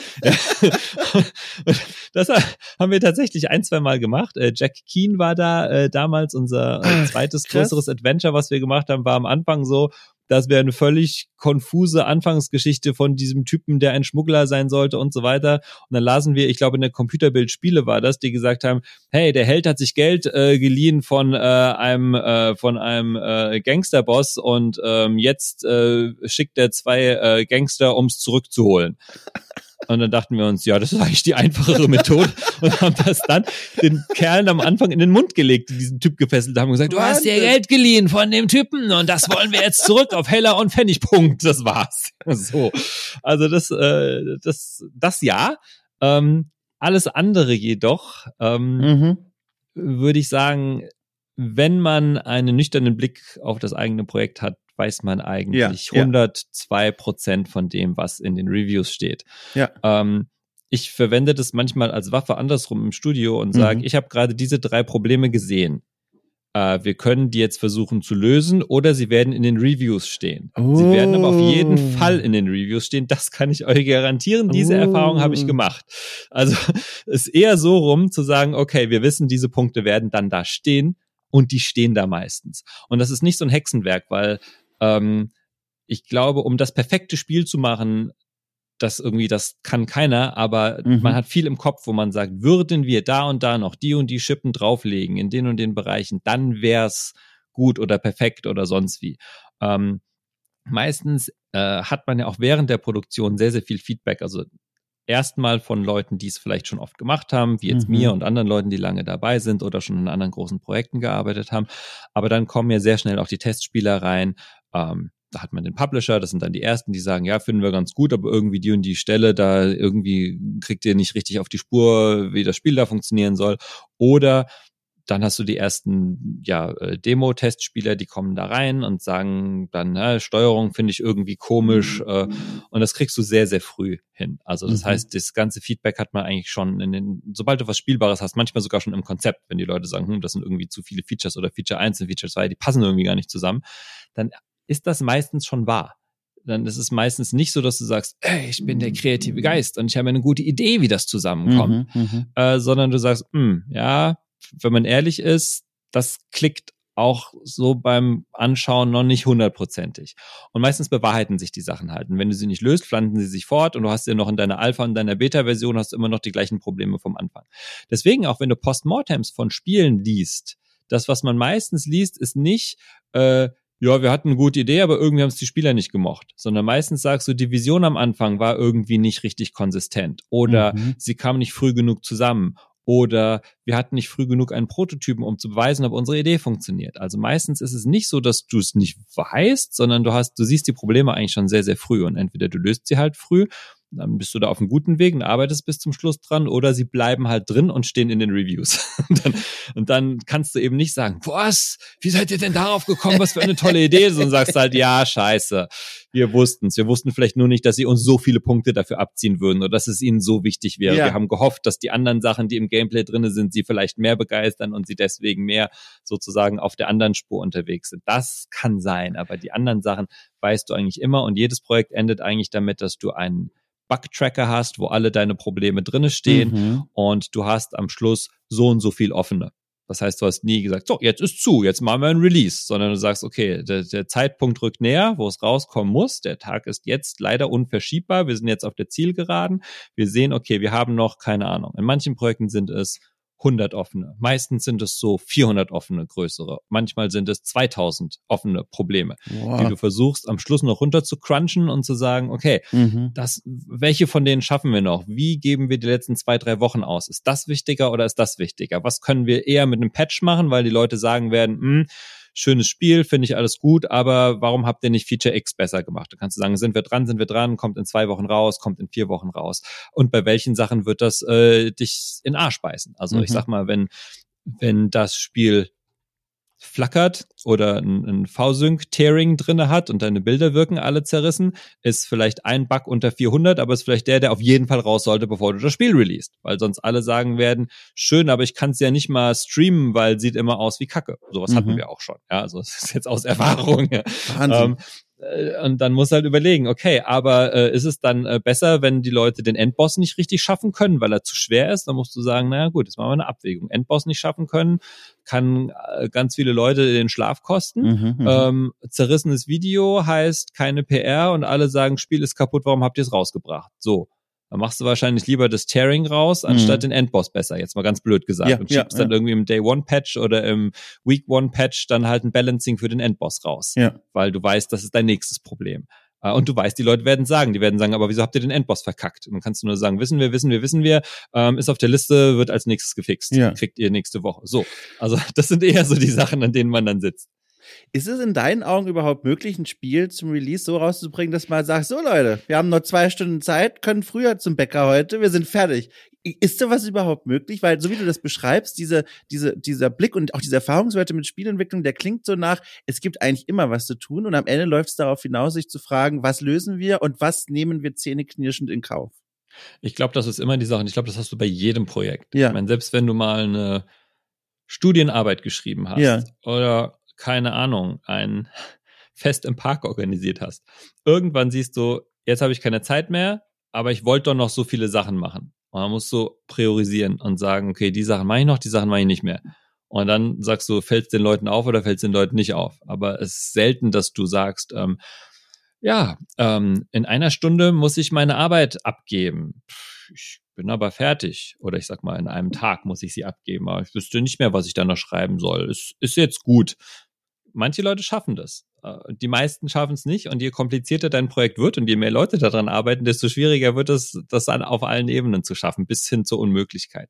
Das haben wir tatsächlich 1-2 Mal gemacht. Jack Keen war da damals unser zweites größeres Adventure, was wir gemacht haben, war am Anfang so, das wäre eine völlig konfuse Anfangsgeschichte von diesem Typen, der ein Schmuggler sein sollte und so weiter. Und dann lasen wir, ich glaube in der Computerbild-Spiele war das, die gesagt haben, hey, der Held hat sich Geld geliehen von einem Gangsterboss und jetzt schickt er 2 Gangster, um es zurückzuholen. Und dann dachten wir uns, ja, das ist eigentlich die einfachere Methode und haben das dann den Kerlen am Anfang in den Mund gelegt, die diesen Typ gefesselt haben und gesagt, du hast dir Geld geliehen von dem Typen und das wollen wir jetzt zurück auf Heller und Pfennig, Punkt. Das war's. So. Also das ja. Alles andere jedoch, würde ich sagen, wenn man einen nüchternen Blick auf das eigene Projekt hat, weiß man eigentlich 102% von dem, was in den Reviews steht. Ja. Ich verwende das manchmal als Waffe andersrum im Studio und sage, ich habe gerade diese 3 Probleme gesehen. Wir können die jetzt versuchen zu lösen oder sie werden in den Reviews stehen. Sie werden aber auf jeden Fall in den Reviews stehen. Das kann ich euch garantieren. Diese Erfahrung habe ich gemacht. Also es ist eher so rum zu sagen, okay, wir wissen, diese Punkte werden dann da stehen und die stehen da meistens. Und das ist nicht so ein Hexenwerk, weil ich glaube, um das perfekte Spiel zu machen, das kann keiner, aber man hat viel im Kopf, wo man sagt, würden wir da und da noch die und die Schippen drauflegen in den und den Bereichen, dann wär's gut oder perfekt oder sonst wie. Meistens hat man ja auch während der Produktion sehr, sehr viel Feedback, also erstmal von Leuten, die es vielleicht schon oft gemacht haben, wie jetzt mir und anderen Leuten, die lange dabei sind oder schon in anderen großen Projekten gearbeitet haben. Aber dann kommen ja sehr schnell auch die Testspieler rein. Da hat man den Publisher, das sind dann die Ersten, die sagen, ja, finden wir ganz gut, aber irgendwie die und die Stelle, da irgendwie kriegt ihr nicht richtig auf die Spur, wie das Spiel da funktionieren soll. Oder dann hast du die ersten Demo-Testspieler, die kommen da rein und sagen dann, Steuerung finde ich irgendwie komisch und das kriegst du sehr, sehr früh hin. Also das heißt, das ganze Feedback hat man eigentlich schon sobald du was Spielbares hast, manchmal sogar schon im Konzept, wenn die Leute sagen, das sind irgendwie zu viele Features oder Feature 1 und Feature 2, die passen irgendwie gar nicht zusammen, dann ist das meistens schon wahr. Dann ist es meistens nicht so, dass du sagst, ey, ich bin der kreative Geist und ich habe eine gute Idee, wie das zusammenkommt, sondern du sagst, wenn man ehrlich ist, das klickt auch so beim Anschauen noch nicht 100%. Und meistens bewahrheiten sich die Sachen halt. Und wenn du sie nicht löst, pflanzen sie sich fort und du hast ja noch in deiner Alpha- und deiner Beta-Version hast du immer noch die gleichen Probleme vom Anfang. Deswegen auch, wenn du Postmortems von Spielen liest, das, was man meistens liest, ist nicht, wir hatten eine gute Idee, aber irgendwie haben es die Spieler nicht gemocht. Sondern meistens sagst du, die Vision am Anfang war irgendwie nicht richtig konsistent. Oder sie kam nicht früh genug zusammen. Oder wir hatten nicht früh genug einen Prototypen, um zu beweisen, ob unsere Idee funktioniert. Also meistens ist es nicht so, dass du es nicht weißt, sondern du siehst die Probleme eigentlich schon sehr, sehr früh. Und entweder du löst sie halt früh, dann bist du da auf einem guten Weg und arbeitest bis zum Schluss dran, oder sie bleiben halt drin und stehen in den Reviews. Und dann kannst du eben nicht sagen, was? Wie seid ihr denn darauf gekommen? Was für eine tolle Idee. Und sagst halt, ja, scheiße. Wir wussten's. Wir wussten vielleicht nur nicht, dass sie uns so viele Punkte dafür abziehen würden oder dass es ihnen so wichtig wäre. Ja. Wir haben gehofft, dass die anderen Sachen, die im Gameplay drinne sind, sie vielleicht mehr begeistern und sie deswegen mehr sozusagen auf der anderen Spur unterwegs sind. Das kann sein, aber die anderen Sachen weißt du eigentlich immer und jedes Projekt endet eigentlich damit, dass du einen Bug-Tracker hast, wo alle deine Probleme drinne stehen und du hast am Schluss so und so viel offene. Das heißt, du hast nie gesagt, so, jetzt ist zu, jetzt machen wir ein Release, sondern du sagst, okay, der Zeitpunkt rückt näher, wo es rauskommen muss. Der Tag ist jetzt leider unverschiebbar. Wir sind jetzt auf der Zielgeraden. Wir sehen, okay, wir haben noch, keine Ahnung. In manchen Projekten sind es 100 offene. Meistens sind es so 400 offene, größere. Manchmal sind es 2000 offene Probleme, die du versuchst am Schluss noch runter zu crunchen und zu sagen, okay, welche von denen schaffen wir noch? Wie geben wir die letzten 2-3 Wochen aus? Ist das wichtiger oder ist das wichtiger? Was können wir eher mit einem Patch machen, weil die Leute sagen werden, schönes Spiel, finde ich alles gut, aber warum habt ihr nicht Feature X besser gemacht? Du kannst sagen, sind wir dran, kommt in 2 Wochen raus, kommt in 4 Wochen raus. Und bei welchen Sachen wird das dich in den Arsch beißen? Also ich sag mal, wenn das Spiel flackert oder ein V-Sync-Tearing drinne hat und deine Bilder wirken alle zerrissen, ist vielleicht ein Bug unter 400, aber ist vielleicht der auf jeden Fall raus sollte, bevor du das Spiel releast. Weil sonst alle sagen werden, schön, aber ich kann es ja nicht mal streamen, weil sieht immer aus wie Kacke. Sowas hatten wir auch schon. Ja, also das ist jetzt aus Erfahrung. Und dann musst du halt überlegen, okay, aber ist es dann besser, wenn die Leute den Endboss nicht richtig schaffen können, weil er zu schwer ist? Dann musst du sagen, naja gut, jetzt machen wir eine Abwägung. Endboss nicht schaffen können, kann ganz viele Leute den Schlaf kosten. Zerrissenes Video heißt keine PR und alle sagen, Spiel ist kaputt, warum habt ihr es rausgebracht? So. Dann machst du wahrscheinlich lieber das Tearing raus, anstatt den Endboss besser, jetzt mal ganz blöd gesagt. Und schiebst dann irgendwie im Day-One-Patch oder im Week-One-Patch dann halt ein Balancing für den Endboss raus. Ja. Weil du weißt, das ist dein nächstes Problem. Und du weißt, die Leute werden sagen, aber wieso habt ihr den Endboss verkackt? Und dann kannst du nur sagen, wissen wir, ist auf der Liste, wird als nächstes gefixt. Ja. Kriegt ihr nächste Woche. So. Also das sind eher so die Sachen, an denen man dann sitzt. Ist es in deinen Augen überhaupt möglich, ein Spiel zum Release so rauszubringen, dass man sagt, so Leute, wir haben noch 2 Stunden Zeit, können früher zum Bäcker heute, wir sind fertig. Ist sowas überhaupt möglich? Weil, so wie du das beschreibst, dieser Blick und auch diese Erfahrungswerte mit Spielentwicklung, der klingt so nach, es gibt eigentlich immer was zu tun und am Ende läuft es darauf hinaus, sich zu fragen, was lösen wir und was nehmen wir zähneknirschend in Kauf? Ich glaube, das ist immer die Sache und ich glaube, das hast du bei jedem Projekt. Ja. Ich meine, selbst wenn du mal eine Studienarbeit geschrieben hast oder keine Ahnung, ein Fest im Park organisiert hast. Irgendwann siehst du, jetzt habe ich keine Zeit mehr, aber ich wollte doch noch so viele Sachen machen. Und dann musst du priorisieren und sagen, okay, die Sachen mache ich noch, die Sachen mache ich nicht mehr. Und dann sagst du, fällt es den Leuten auf oder fällt es den Leuten nicht auf? Aber es ist selten, dass du sagst, in einer Stunde muss ich meine Arbeit abgeben. Ich bin aber fertig. Oder ich sag mal, in einem Tag muss ich sie abgeben. Aber ich wüsste nicht mehr, was ich da noch schreiben soll. Es ist jetzt gut. Manche Leute schaffen das. Die meisten schaffen es nicht. Und je komplizierter dein Projekt wird und je mehr Leute daran arbeiten, desto schwieriger wird es, das dann auf allen Ebenen zu schaffen, bis hin zur Unmöglichkeit.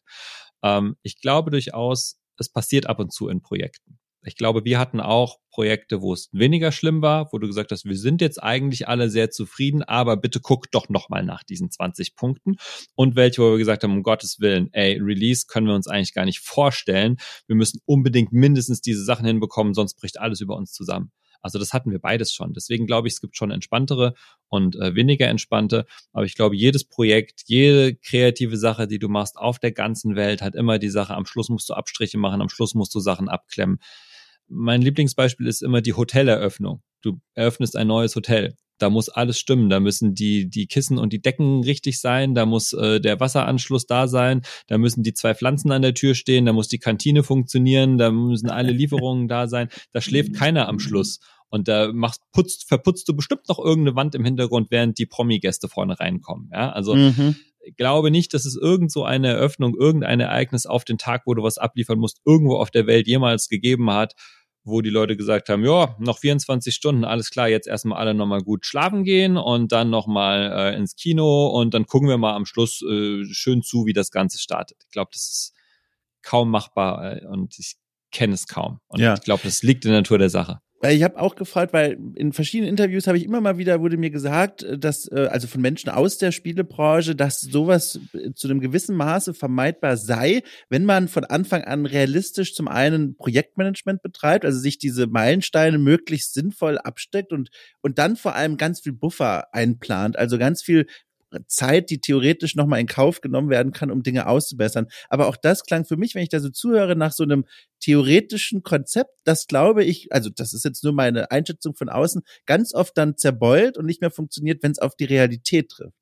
Ich glaube durchaus, es passiert ab und zu in Projekten. Ich glaube, wir hatten auch Projekte, wo es weniger schlimm war, wo du gesagt hast, wir sind jetzt eigentlich alle sehr zufrieden, aber bitte guck doch nochmal nach diesen 20 Punkten. Und welche, wo wir gesagt haben, um Gottes Willen, Release können wir uns eigentlich gar nicht vorstellen. Wir müssen unbedingt mindestens diese Sachen hinbekommen, sonst bricht alles über uns zusammen. Also das hatten wir beides schon. Deswegen glaube ich, es gibt schon entspanntere und weniger entspannte. Aber ich glaube, jedes Projekt, jede kreative Sache, die du machst auf der ganzen Welt, hat immer die Sache, am Schluss musst du Abstriche machen, am Schluss musst du Sachen abklemmen. Mein Lieblingsbeispiel ist immer die Hoteleröffnung. Du eröffnest ein neues Hotel. Da muss alles stimmen. Da müssen die Kissen und die Decken richtig sein. Da muss der Wasseranschluss da sein. Da müssen die 2 Pflanzen an der Tür stehen. Da muss die Kantine funktionieren. Da müssen alle Lieferungen da sein. Da schläft keiner am Schluss. Und da verputzt du bestimmt noch irgendeine Wand im Hintergrund, während die Promi-Gäste vorne reinkommen. Ja, also ich glaube nicht, dass es irgend so eine Eröffnung, irgendein Ereignis auf den Tag, wo du was abliefern musst, irgendwo auf der Welt jemals gegeben hat, wo die Leute gesagt haben, ja, noch 24 Stunden, alles klar, jetzt erstmal alle nochmal gut schlafen gehen und dann nochmal ins Kino und dann gucken wir mal am Schluss schön zu, wie das Ganze startet. Ich glaube, das ist kaum machbar und ich kenne es kaum. Und ich glaube, das liegt in der Natur der Sache. Ich habe auch gefragt, weil in verschiedenen Interviews habe ich immer mal wieder, wurde mir gesagt, dass, also von Menschen aus der Spielebranche, dass sowas zu einem gewissen Maße vermeidbar sei, wenn man von Anfang an realistisch zum einen Projektmanagement betreibt, also sich diese Meilensteine möglichst sinnvoll absteckt und dann vor allem ganz viel Buffer einplant, also ganz viel Zeit, die theoretisch nochmal in Kauf genommen werden kann, um Dinge auszubessern. Aber auch das klang für mich, wenn ich da so zuhöre, nach so einem theoretischen Konzept, das glaube ich, also das ist jetzt nur meine Einschätzung von außen, ganz oft dann zerbeult und nicht mehr funktioniert, wenn es auf die Realität trifft.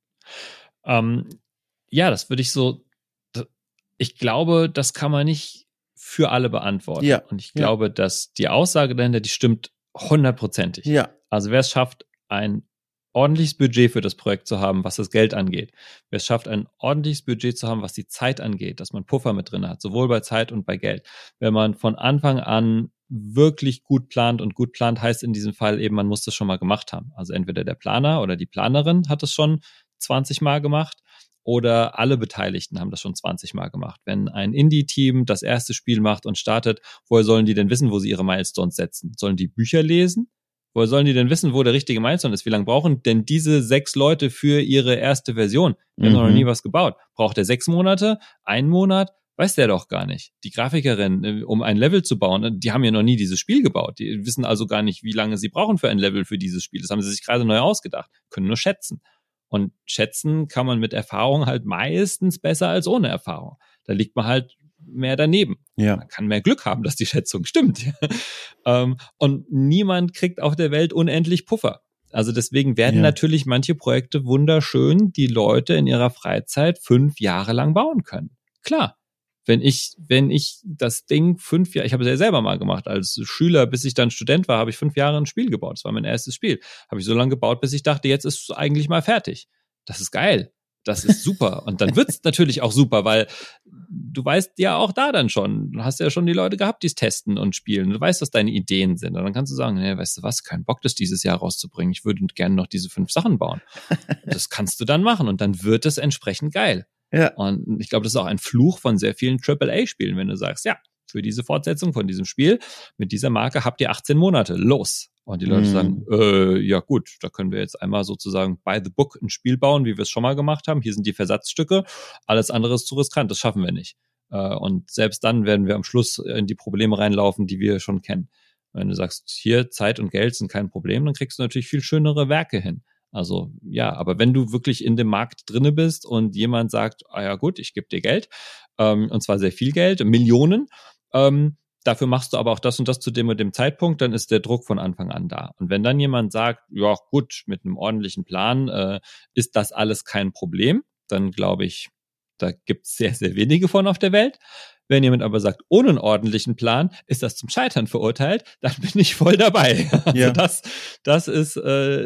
Ja, das würde ich so, ich glaube, das kann man nicht für alle beantworten. Ja. Und ich glaube, dass die Aussage dahinter, die stimmt 100%. Ja. Also wer es schafft, ein ordentliches Budget für das Projekt zu haben, was das Geld angeht. Wer es schafft, ein ordentliches Budget zu haben, was die Zeit angeht, dass man Puffer mit drin hat, sowohl bei Zeit und bei Geld. Wenn man von Anfang an wirklich gut plant, und gut plant heißt in diesem Fall eben, man muss das schon mal gemacht haben. Also entweder der Planer oder die Planerin hat es schon 20 Mal gemacht oder alle Beteiligten haben das schon 20 Mal gemacht. Wenn ein Indie-Team das erste Spiel macht und startet, woher sollen die denn wissen, wo sie ihre Milestones setzen? Sollen die Bücher lesen? Woher sollen die denn wissen, wo der richtige Milestone ist? Wie lange brauchen denn diese 6 Leute für ihre erste Version? Die haben noch nie was gebaut. Braucht der 6 Monate? 1 Monat? Weiß der doch gar nicht. Die Grafikerin, um ein Level zu bauen, die haben ja noch nie dieses Spiel gebaut. Die wissen also gar nicht, wie lange sie brauchen für ein Level für dieses Spiel. Das haben sie sich gerade neu ausgedacht. Können nur schätzen. Und schätzen kann man mit Erfahrung halt meistens besser als ohne Erfahrung. Da liegt man halt mehr daneben. Ja. Man kann mehr Glück haben, dass die Schätzung stimmt. Und niemand kriegt auf der Welt unendlich Puffer. Also deswegen werden natürlich manche Projekte wunderschön, die Leute in ihrer Freizeit 5 Jahre lang bauen können. Klar. Wenn ich das Ding 5 Jahre, ich habe es ja selber mal gemacht, als Schüler, bis ich dann Student war, habe ich 5 Jahre ein Spiel gebaut. Das war mein erstes Spiel. Habe ich so lange gebaut, bis ich dachte, jetzt ist es eigentlich mal fertig. Das ist geil. Das ist super. Und dann wird's natürlich auch super, weil du weißt ja auch da dann schon, du hast ja schon die Leute gehabt, die es testen und spielen. Du weißt, was deine Ideen sind. Und dann kannst du sagen, nee, weißt du was, kein Bock, das dieses Jahr rauszubringen. Ich würde gerne noch diese 5 Sachen bauen. Das kannst du dann machen und dann wird es entsprechend geil. Ja. Und ich glaube, das ist auch ein Fluch von sehr vielen AAA-Spielen, wenn du sagst, ja, für diese Fortsetzung von diesem Spiel mit dieser Marke habt ihr 18 Monate, los. Und die Leute sagen, ja gut, da können wir jetzt einmal sozusagen by the book ein Spiel bauen, wie wir es schon mal gemacht haben. Hier sind die Versatzstücke, alles andere ist zu riskant, das schaffen wir nicht. Und selbst dann werden wir am Schluss in die Probleme reinlaufen, die wir schon kennen. Wenn du sagst, hier Zeit und Geld sind kein Problem, dann kriegst du natürlich viel schönere Werke hin. Also ja, aber wenn du wirklich in dem Markt drinne bist und jemand sagt, ah ja gut, ich gebe dir Geld, und zwar sehr viel Geld, Millionen, dafür machst du aber auch das und das zu dem und dem Zeitpunkt, dann ist der Druck von Anfang an da. Und wenn dann jemand sagt, ja gut, mit einem ordentlichen Plan ist das alles kein Problem, dann glaube ich, da gibt es sehr, sehr wenige von auf der Welt. Wenn jemand aber sagt, ohne einen ordentlichen Plan ist das zum Scheitern verurteilt, dann bin ich voll dabei. Also das ist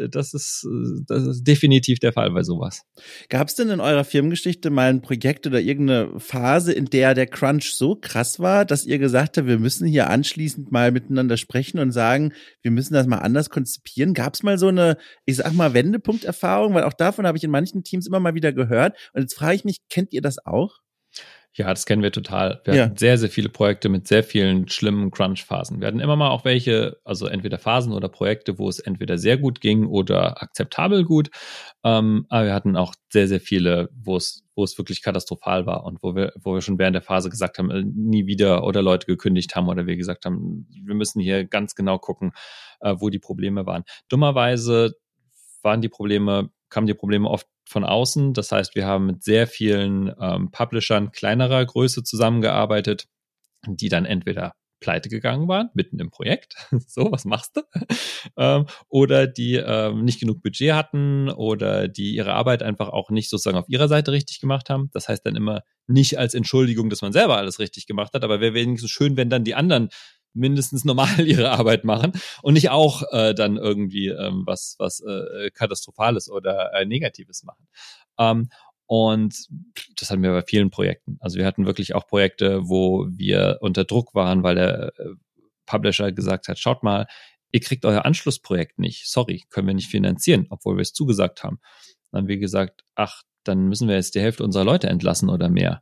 definitiv der Fall bei sowas. Gab es denn in eurer Firmengeschichte mal ein Projekt oder irgendeine Phase, in der der Crunch so krass war, dass ihr gesagt habt, wir müssen hier anschließend mal miteinander sprechen und sagen, wir müssen das mal anders konzipieren? Gab es mal so eine, ich sag mal, Wendepunkterfahrung? Weil auch davon habe ich in manchen Teams immer mal wieder gehört. Und jetzt frage ich mich, kennt ihr das auch? Ja, das kennen wir total. Wir hatten sehr, sehr viele Projekte mit sehr vielen schlimmen Crunch-Phasen. Wir hatten immer mal auch welche, also entweder Phasen oder Projekte, wo es entweder sehr gut ging oder akzeptabel gut. Aber wir hatten auch sehr, sehr viele, wo es wirklich katastrophal war und wo wir schon während der Phase gesagt haben, nie wieder, oder Leute gekündigt haben oder wir gesagt haben, wir müssen hier ganz genau gucken, wo die Probleme waren. Dummerweise kamen die Probleme oft von außen. Das heißt, wir haben mit sehr vielen Publishern kleinerer Größe zusammengearbeitet, die dann entweder pleite gegangen waren, mitten im Projekt. So, was machst du? Oder die nicht genug Budget hatten oder die ihre Arbeit einfach auch nicht sozusagen auf ihrer Seite richtig gemacht haben. Das heißt dann immer nicht als Entschuldigung, dass man selber alles richtig gemacht hat, aber wäre wenigstens schön, wenn dann die anderen mindestens normal ihre Arbeit machen und nicht auch dann irgendwie was Katastrophales oder Negatives machen. Und das hatten wir bei vielen Projekten. Also wir hatten wirklich auch Projekte, wo wir unter Druck waren, weil der Publisher gesagt hat, schaut mal, ihr kriegt euer Anschlussprojekt nicht. Sorry, können wir nicht finanzieren, obwohl wir es zugesagt haben. Dann haben wir gesagt, ach, dann müssen wir jetzt die Hälfte unserer Leute entlassen oder mehr.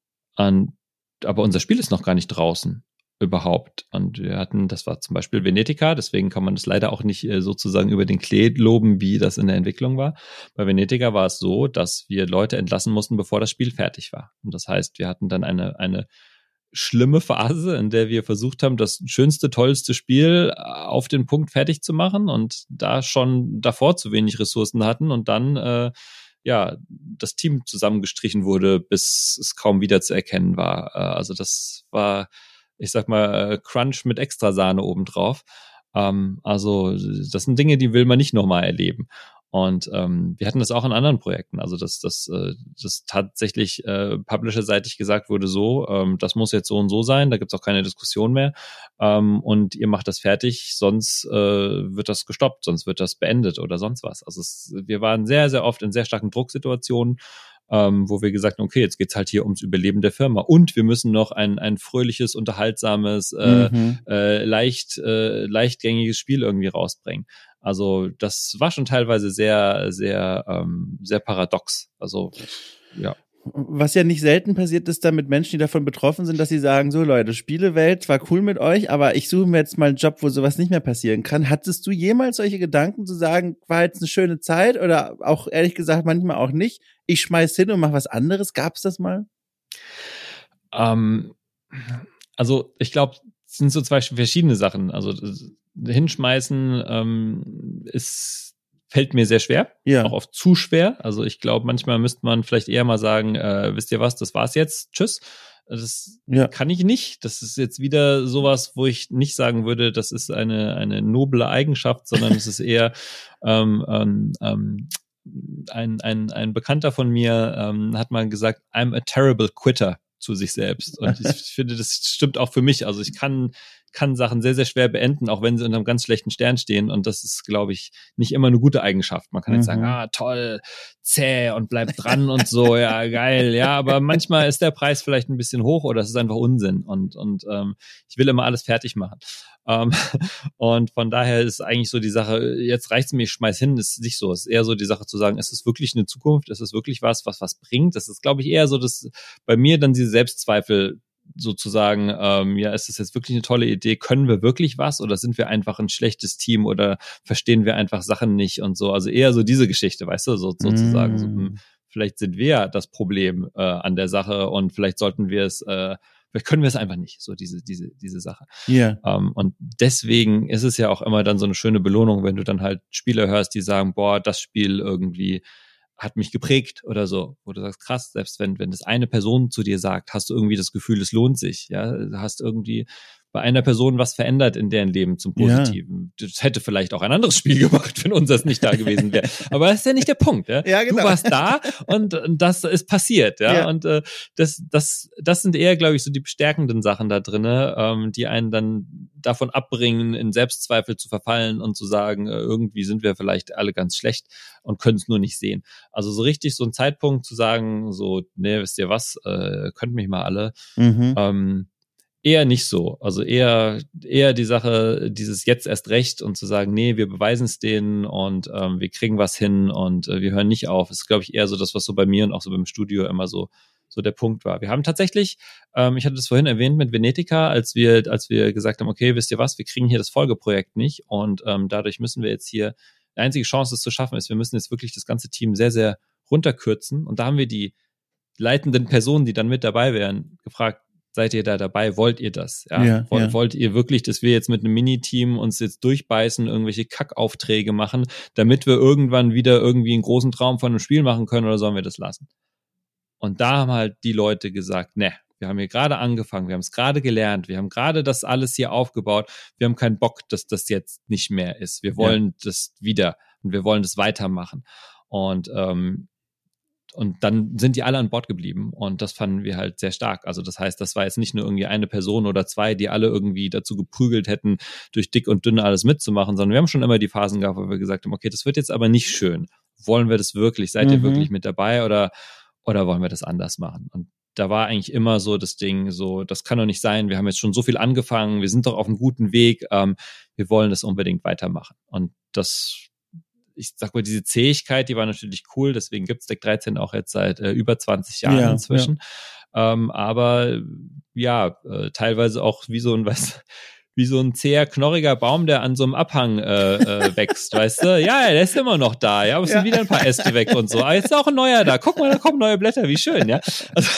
Aber unser Spiel ist noch gar nicht draußen. Überhaupt. Und wir hatten, das war zum Beispiel Venetica, deswegen kann man das leider auch nicht sozusagen über den Klee loben, wie das in der Entwicklung war. Bei Venetica war es so, dass wir Leute entlassen mussten, bevor das Spiel fertig war. Und das heißt, wir hatten dann eine schlimme Phase, in der wir versucht haben, das schönste, tollste Spiel auf den Punkt fertig zu machen und da schon davor zu wenig Ressourcen hatten und dann das Team zusammengestrichen wurde, bis es kaum wieder zu erkennen war. Also das war, ich sag mal, Crunch mit Extrasahne obendrauf. Also das sind Dinge, die will man nicht nochmal erleben. Und wir hatten das auch in anderen Projekten. Also das tatsächlich publisher-seitig gesagt wurde so, das muss jetzt so und so sein, da gibt's auch keine Diskussion mehr. Und ihr macht das fertig, sonst wird das gestoppt, sonst wird das beendet oder sonst was. Also wir waren sehr, sehr oft in sehr starken Drucksituationen, wo wir gesagt haben, okay, jetzt geht's halt hier ums Überleben der Firma und wir müssen noch ein fröhliches, unterhaltsames, leichtgängiges Spiel irgendwie rausbringen. Also das war schon teilweise sehr, sehr, sehr paradox. Also ja. Was ja nicht selten passiert ist, da mit Menschen, die davon betroffen sind, dass sie sagen, so Leute, Spielewelt war cool mit euch, aber ich suche mir jetzt mal einen Job, wo sowas nicht mehr passieren kann. Hattest du jemals solche Gedanken zu sagen, war jetzt eine schöne Zeit oder auch ehrlich gesagt manchmal auch nicht, ich schmeiß hin und mach was anderes? Gab's das mal? Also ich glaube, es sind so zwei verschiedene Sachen. Also hinschmeißen fällt mir sehr schwer, auch oft zu schwer. Also ich glaube, manchmal müsste man vielleicht eher mal sagen, wisst ihr was, das war's jetzt, tschüss. Das kann ich nicht. Das ist jetzt wieder sowas, wo ich nicht sagen würde, das ist eine noble Eigenschaft, sondern es ist eher ein Bekannter von mir hat mal gesagt, I'm a terrible quitter zu sich selbst. Und ich finde, das stimmt auch für mich. Also ich kann Sachen sehr, sehr schwer beenden, auch wenn sie unter einem ganz schlechten Stern stehen. Und das ist, glaube ich, nicht immer eine gute Eigenschaft. Man kann jetzt sagen, toll, zäh und bleib dran und so, ja, geil. Ja, aber manchmal ist der Preis vielleicht ein bisschen hoch oder es ist einfach Unsinn. Und ich will immer alles fertig machen. Und von daher ist eigentlich so die Sache, jetzt reicht's mir, ich schmeiß hin, ist nicht so. Es ist eher so die Sache zu sagen, ist es wirklich eine Zukunft? Ist es wirklich was bringt? Das ist, glaube ich, eher so, dass bei mir dann diese Selbstzweifel sozusagen, ist das jetzt wirklich eine tolle Idee? Können wir wirklich was? Oder sind wir einfach ein schlechtes Team? Oder verstehen wir einfach Sachen nicht und so? Also eher so diese Geschichte, weißt du, sozusagen. So, vielleicht sind wir das Problem an der Sache und vielleicht sollten wir es vielleicht können wir es einfach nicht, so diese Sache. Ja. Und deswegen ist es ja auch immer dann so eine schöne Belohnung, wenn du dann halt Spieler hörst, die sagen, boah, das Spiel irgendwie hat mich geprägt oder so, wo du sagst, krass, selbst wenn das eine Person zu dir sagt, hast du irgendwie das Gefühl, es lohnt sich, ja, du hast irgendwie bei einer Person was verändert in deren Leben zum Positiven. Ja. Das hätte vielleicht auch ein anderes Spiel gemacht, wenn unseres nicht da gewesen wäre. Aber das ist ja nicht der Punkt. Ja? Ja, genau. Du warst da und das ist passiert. Ja? Und das sind eher, glaube ich, so die bestärkenden Sachen da drinne, die einen dann davon abbringen, in Selbstzweifel zu verfallen und zu sagen, irgendwie sind wir vielleicht alle ganz schlecht und können es nur nicht sehen. Also so richtig so ein Zeitpunkt zu sagen, so, nee, wisst ihr was, könnt mich mal alle, eher nicht so. Also eher die Sache, dieses jetzt erst recht und zu sagen, nee, wir beweisen es denen und wir kriegen was hin und wir hören nicht auf. Das ist, glaube ich, eher so das, was so bei mir und auch so beim Studio immer so der Punkt war. Wir haben tatsächlich, ich hatte das vorhin erwähnt mit Venetica, als wir gesagt haben, okay, wisst ihr was, wir kriegen hier das Folgeprojekt nicht und dadurch müssen wir jetzt hier, die einzige Chance, das zu schaffen, ist, wir müssen jetzt wirklich das ganze Team sehr, sehr runterkürzen und da haben wir die leitenden Personen, die dann mit dabei wären, gefragt, seid ihr da dabei? Wollt ihr das? Ja? Wollt ihr wirklich, dass wir jetzt mit einem Mini-Team uns jetzt durchbeißen, irgendwelche Kackaufträge machen, damit wir irgendwann wieder irgendwie einen großen Traum von einem Spiel machen können oder sollen wir das lassen? Und da haben halt die Leute gesagt, ne, wir haben hier gerade angefangen, wir haben es gerade gelernt, wir haben gerade das alles hier aufgebaut, wir haben keinen Bock, dass das jetzt nicht mehr ist. Wir wollen das wieder und wir wollen das weitermachen. Und dann sind die alle an Bord geblieben und das fanden wir halt sehr stark. Also das heißt, das war jetzt nicht nur irgendwie eine Person oder zwei, die alle irgendwie dazu geprügelt hätten, durch dick und dünn alles mitzumachen, sondern wir haben schon immer die Phasen gehabt, wo wir gesagt haben, okay, das wird jetzt aber nicht schön. Wollen wir das wirklich? Seid ihr wirklich mit dabei oder wollen wir das anders machen? Und da war eigentlich immer so das Ding, so, das kann doch nicht sein, wir haben jetzt schon so viel angefangen, wir sind doch auf einem guten Weg, wir wollen das unbedingt weitermachen. Und das, ich sag mal, diese Zähigkeit, die war natürlich cool, deswegen gibt's Deck 13 auch jetzt seit über 20 Jahren inzwischen. Ja. Aber teilweise auch wie so ein zäher, knorriger Baum, der an so einem Abhang wächst, weißt du? Ja, der ist immer noch da, ja, aber es sind wieder ein paar Äste weg und so. Aber jetzt ist auch ein neuer da. Guck mal, da kommen neue Blätter, wie schön, ja.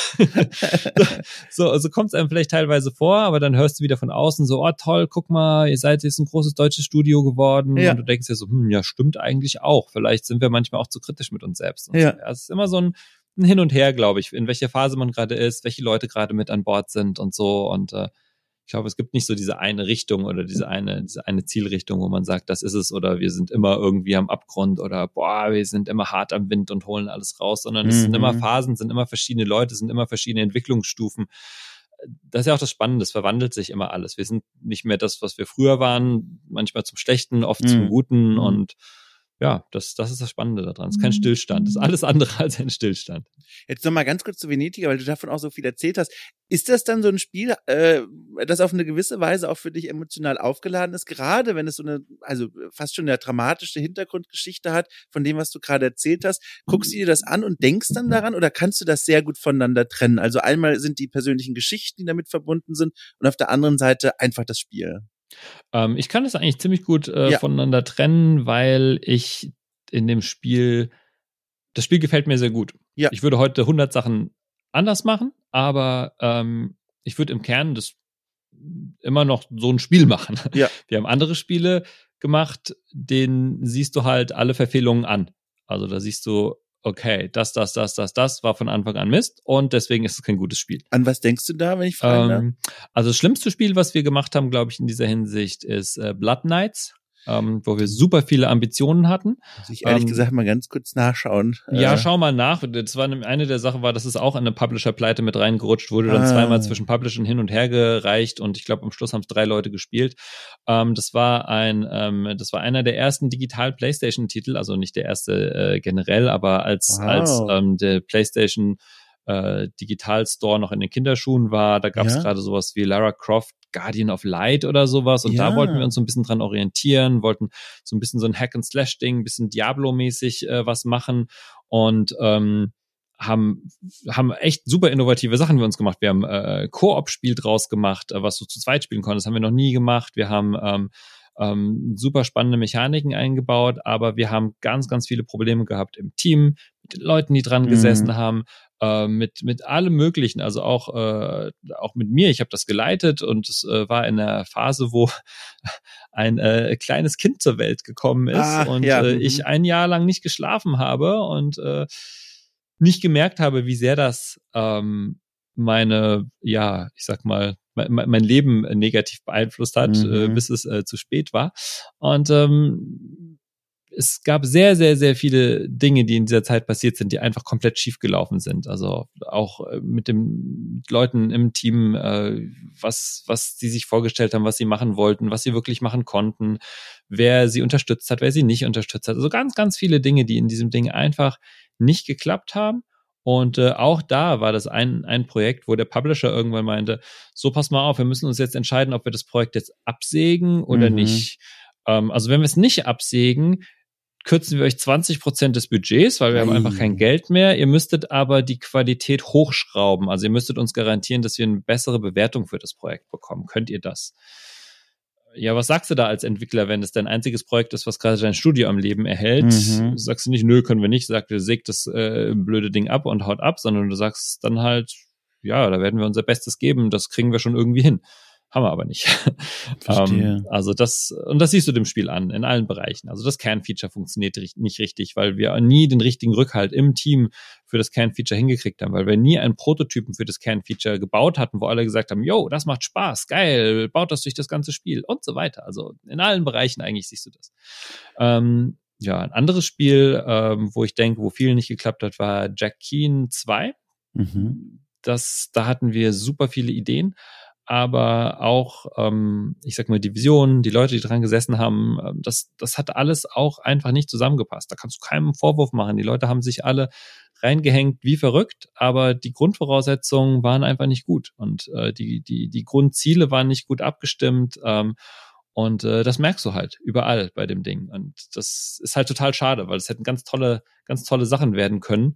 Also kommt es einem vielleicht teilweise vor, aber dann hörst du wieder von außen so, oh toll, guck mal, ihr seid jetzt ein großes deutsches Studio geworden. Ja. Und du denkst dir so, ja, stimmt eigentlich auch. Vielleicht sind wir manchmal auch zu kritisch mit uns selbst. Und so. Es ist immer so ein Hin und Her, glaube ich, in welcher Phase man gerade ist, welche Leute gerade mit an Bord sind und so. Und ich glaube, es gibt nicht so diese eine Richtung oder diese eine Zielrichtung, wo man sagt, das ist es oder wir sind immer irgendwie am Abgrund oder boah, wir sind immer hart am Wind und holen alles raus, sondern es sind immer Phasen, sind immer verschiedene Leute, sind immer verschiedene Entwicklungsstufen. Das ist ja auch das Spannende, es verwandelt sich immer alles. Wir sind nicht mehr das, was wir früher waren, manchmal zum Schlechten, oft zum Guten und ja, das ist das Spannende daran. Es ist kein Stillstand. Das ist alles andere als ein Stillstand. Jetzt nochmal ganz kurz zu Venetica, weil du davon auch so viel erzählt hast. Ist das dann so ein Spiel, das auf eine gewisse Weise auch für dich emotional aufgeladen ist? Gerade wenn es so eine, also fast schon eine dramatische Hintergrundgeschichte hat, von dem, was du gerade erzählt hast. Guckst du dir das an und denkst dann daran oder kannst du das sehr gut voneinander trennen? Also einmal sind die persönlichen Geschichten, die damit verbunden sind und auf der anderen Seite einfach das Spiel. Ich kann das eigentlich ziemlich gut voneinander trennen, weil ich in dem Spiel, das Spiel gefällt mir sehr gut. Ja. Ich würde heute 100 Sachen anders machen, aber ich würde im Kern das immer noch so ein Spiel machen. Ja. Wir haben andere Spiele gemacht, denen siehst du halt alle Verfehlungen an. Also da siehst du, okay, das war von Anfang an Mist und deswegen ist es kein gutes Spiel. An was denkst du da, wenn ich fragen darf? Also das schlimmste Spiel, was wir gemacht haben, glaube ich, in dieser Hinsicht ist Blood Knights. Wo wir super viele Ambitionen hatten. Muss ich ehrlich gesagt mal ganz kurz nachschauen. Ja, schau mal nach. Das war eine der Sachen, dass es auch in eine Publisher-Pleite mit reingerutscht wurde, dann zweimal zwischen Publishern hin und her gereicht und ich glaube, am Schluss haben es 3 Leute gespielt. Das war einer der ersten Digital-PlayStation-Titel, also nicht der erste generell, aber als der PlayStation Digital Store noch in den Kinderschuhen war, da gab es gerade sowas wie Lara Croft Guardian of Light oder sowas und da wollten wir uns so ein bisschen dran orientieren, wollten so ein bisschen so ein Hack-and-Slash-Ding, ein bisschen Diablo-mäßig was machen und haben echt super innovative Sachen für uns gemacht. Wir haben Koop-Spiel draus gemacht, was du zu zweit spielen konntest, haben wir noch nie gemacht. Wir haben super spannende Mechaniken eingebaut, aber wir haben ganz, ganz viele Probleme gehabt im Team, mit den Leuten, die dran gesessen haben, mit allem Möglichen, also auch mit mir. Ich habe das geleitet und es war in der Phase, wo ein kleines Kind zur Welt gekommen ist ich ein Jahr lang nicht geschlafen habe und nicht gemerkt habe, wie sehr das mein Leben negativ beeinflusst hat, bis es zu spät war. Und es gab sehr, sehr, sehr viele Dinge, die in dieser Zeit passiert sind, die einfach komplett schief gelaufen sind. Also auch mit den Leuten im Team, was sie sich vorgestellt haben, was sie machen wollten, was sie wirklich machen konnten, wer sie unterstützt hat, wer sie nicht unterstützt hat. Also ganz, ganz viele Dinge, die in diesem Ding einfach nicht geklappt haben. Und auch da war das ein Projekt, wo der Publisher irgendwann meinte, so pass mal auf, wir müssen uns jetzt entscheiden, ob wir das Projekt jetzt absägen oder nicht. Also wenn wir es nicht absägen, kürzen wir euch 20% des Budgets, weil wir haben einfach kein Geld mehr. Ihr müsstet aber die Qualität hochschrauben. Also ihr müsstet uns garantieren, dass wir eine bessere Bewertung für das Projekt bekommen. Könnt ihr das? Ja, was sagst du da als Entwickler, wenn es dein einziges Projekt ist, was gerade dein Studio am Leben erhält? Sagst du nicht, nö, können wir nicht. Sagt, ihr sägt das blöde Ding ab und haut ab, sondern du sagst dann halt, ja, da werden wir unser Bestes geben, das kriegen wir schon irgendwie hin. Haben wir aber nicht. Also das siehst du dem Spiel an, in allen Bereichen. Also das Kernfeature funktioniert nicht richtig, weil wir nie den richtigen Rückhalt im Team für das Kernfeature hingekriegt haben, weil wir nie einen Prototypen für das Kernfeature gebaut hatten, wo alle gesagt haben, yo, das macht Spaß, geil, baut das durch das ganze Spiel und so weiter. Also in allen Bereichen eigentlich siehst du das. Ein anderes Spiel, wo ich denke, wo viel nicht geklappt hat, war Jack Keen 2. Da hatten wir super viele Ideen, aber auch, die Vision, die Leute, die dran gesessen haben, das hat alles auch einfach nicht zusammengepasst. Da kannst du keinem Vorwurf machen. Die Leute haben sich alle reingehängt wie verrückt, aber die Grundvoraussetzungen waren einfach nicht gut und die Grundziele waren nicht gut abgestimmt. Und das merkst du halt überall bei dem Ding. Und das ist halt total schade, weil es hätten ganz tolle Sachen werden können.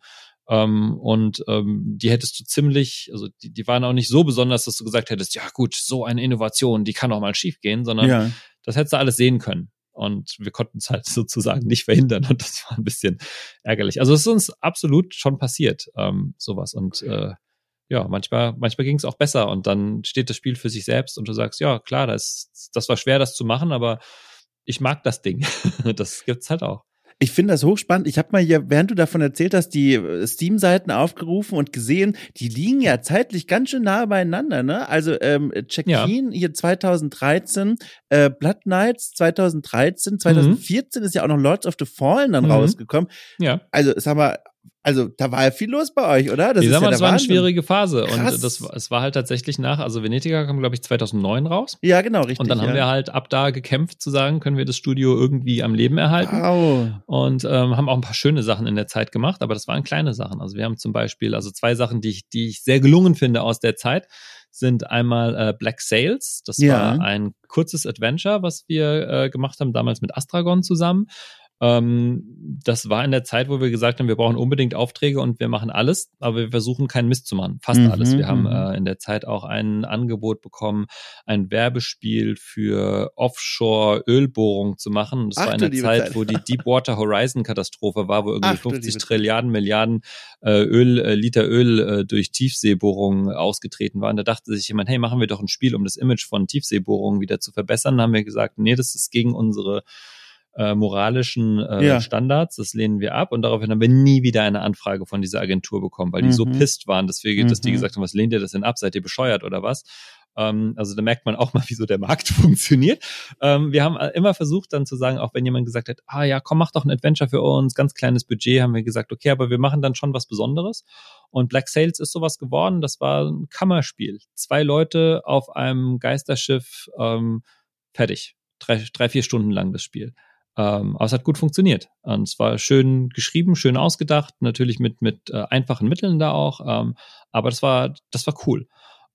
Die hättest du die waren auch nicht so besonders, dass du gesagt hättest, ja gut, so eine Innovation, die kann auch mal schief gehen, sondern das hättest du alles sehen können. Und wir konnten es halt sozusagen nicht verhindern und das war ein bisschen ärgerlich. Also es ist uns absolut schon passiert, sowas. Und manchmal ging es auch besser und dann steht das Spiel für sich selbst und du sagst, ja klar, das war schwer, das zu machen, aber ich mag das Ding. Das gibt's halt auch. Ich finde das hochspannend. Ich habe mal hier, während du davon erzählt hast, die Steam-Seiten aufgerufen und gesehen, die liegen ja zeitlich ganz schön nah beieinander, ne? Also Jack Keen hier 2013, Blood Knights 2013, 2014 ist ja auch noch Lords of the Fallen dann rausgekommen. Ja. Also da war ja viel los bei euch, oder? Das war eine schwierige Phase. Krass. Und es war halt tatsächlich also Venetiger kam, glaube ich, 2009 raus. Ja, genau, richtig. Und dann haben wir halt ab da gekämpft, zu sagen, können wir das Studio irgendwie am Leben erhalten. Wow. Und haben auch ein paar schöne Sachen in der Zeit gemacht, aber das waren kleine Sachen. Also wir haben zum Beispiel, 2 Sachen, die ich sehr gelungen finde aus der Zeit, sind einmal Black Sails. Das war ein kurzes Adventure, was wir gemacht haben, damals mit Astragon zusammen. Das war in der Zeit, wo wir gesagt haben, wir brauchen unbedingt Aufträge und wir machen alles, aber wir versuchen keinen Mist zu machen. Fast alles. Wir haben in der Zeit auch ein Angebot bekommen, ein Werbespiel für Offshore-Ölbohrung zu machen. Das war in der Zeit, wo die Deepwater Horizon-Katastrophe war, wo irgendwie 50 Trilliarden Milliarden Liter Öl durch Tiefseebohrungen ausgetreten waren. Da dachte sich jemand, hey, machen wir doch ein Spiel, um das Image von Tiefseebohrungen wieder zu verbessern. Da haben wir gesagt, nee, das ist gegen unsere moralischen Standards. Das lehnen wir ab und daraufhin haben wir nie wieder eine Anfrage von dieser Agentur bekommen, weil die so pisst waren, dass die gesagt haben, was lehnt ihr das denn ab? Seid ihr bescheuert oder was? Also da merkt man auch mal, wieso der Markt funktioniert. Wir haben immer versucht dann zu sagen, auch wenn jemand gesagt hat, ja, komm, mach doch ein Adventure für uns, ganz kleines Budget, haben wir gesagt, okay, aber wir machen dann schon was Besonderes. Und Black Sails ist sowas geworden, das war ein Kammerspiel. 2 Leute auf einem Geisterschiff, fertig. 3-4 Stunden lang das Spiel. Aber es hat gut funktioniert. Und es war schön geschrieben, schön ausgedacht, natürlich mit einfachen Mitteln da auch. Aber das war cool.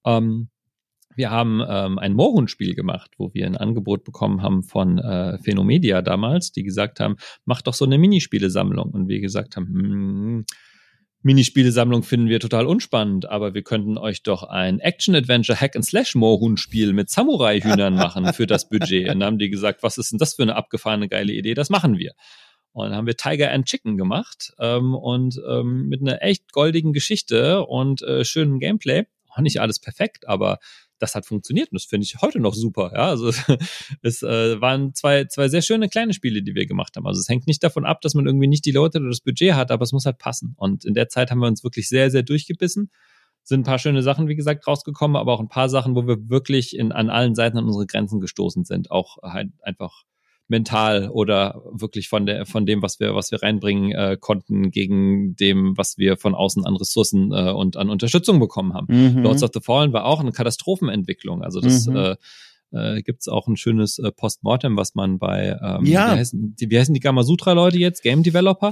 Wir haben ein Moorhuhn-Spiel gemacht, wo wir ein Angebot bekommen haben von Phenomedia damals, die gesagt haben, mach doch so eine Minispielesammlung. Und wir gesagt haben, Minispielesammlung finden wir total unspannend, aber wir könnten euch doch ein Action-Adventure Hack-and-Slash-Moorhuhn-Spiel mit Samurai-Hühnern machen für das Budget. Und dann haben die gesagt, was ist denn das für eine abgefahrene, geile Idee? Das machen wir. Und dann haben wir Tiger and Chicken gemacht mit einer echt goldigen Geschichte und schönem Gameplay. Auch nicht alles perfekt, aber das hat funktioniert und das finde ich heute noch super. Ja, also es waren zwei sehr schöne kleine Spiele, die wir gemacht haben. Also es hängt nicht davon ab, dass man irgendwie nicht die Leute oder das Budget hat, aber es muss halt passen. Und in der Zeit haben wir uns wirklich sehr, sehr durchgebissen. Sind ein paar schöne Sachen, wie gesagt, rausgekommen, aber auch ein paar Sachen, wo wir wirklich an allen Seiten an unsere Grenzen gestoßen sind. Auch halt einfach mental oder wirklich von dem, was wir reinbringen konnten, gegen dem, was wir von außen an Ressourcen und an Unterstützung bekommen haben. Lords of the Fallen war auch eine Katastrophenentwicklung. Also das gibt's auch ein schönes Postmortem, was man bei wie heißen die Gamasutra-Leute jetzt, Game Developer,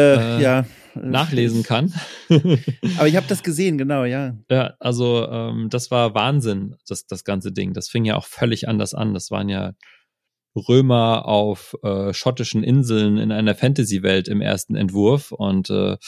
nachlesen kann. Aber ich habe das gesehen, genau, ja. Ja, also das war Wahnsinn, das ganze Ding. Das fing ja auch völlig anders an. Das waren ja Römer auf schottischen Inseln in einer Fantasy-Welt im ersten Entwurf und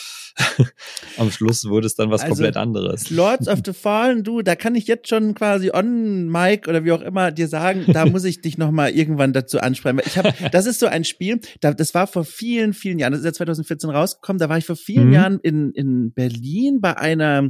am Schluss wurde es dann was komplett anderes. Lords of the Fallen, da kann ich jetzt schon quasi on Mic oder wie auch immer dir sagen, da muss ich dich nochmal irgendwann dazu ansprechen. Das ist so ein Spiel, das war vor vielen, vielen Jahren, das ist ja 2014 rausgekommen, da war ich vor vielen Jahren in Berlin bei einer,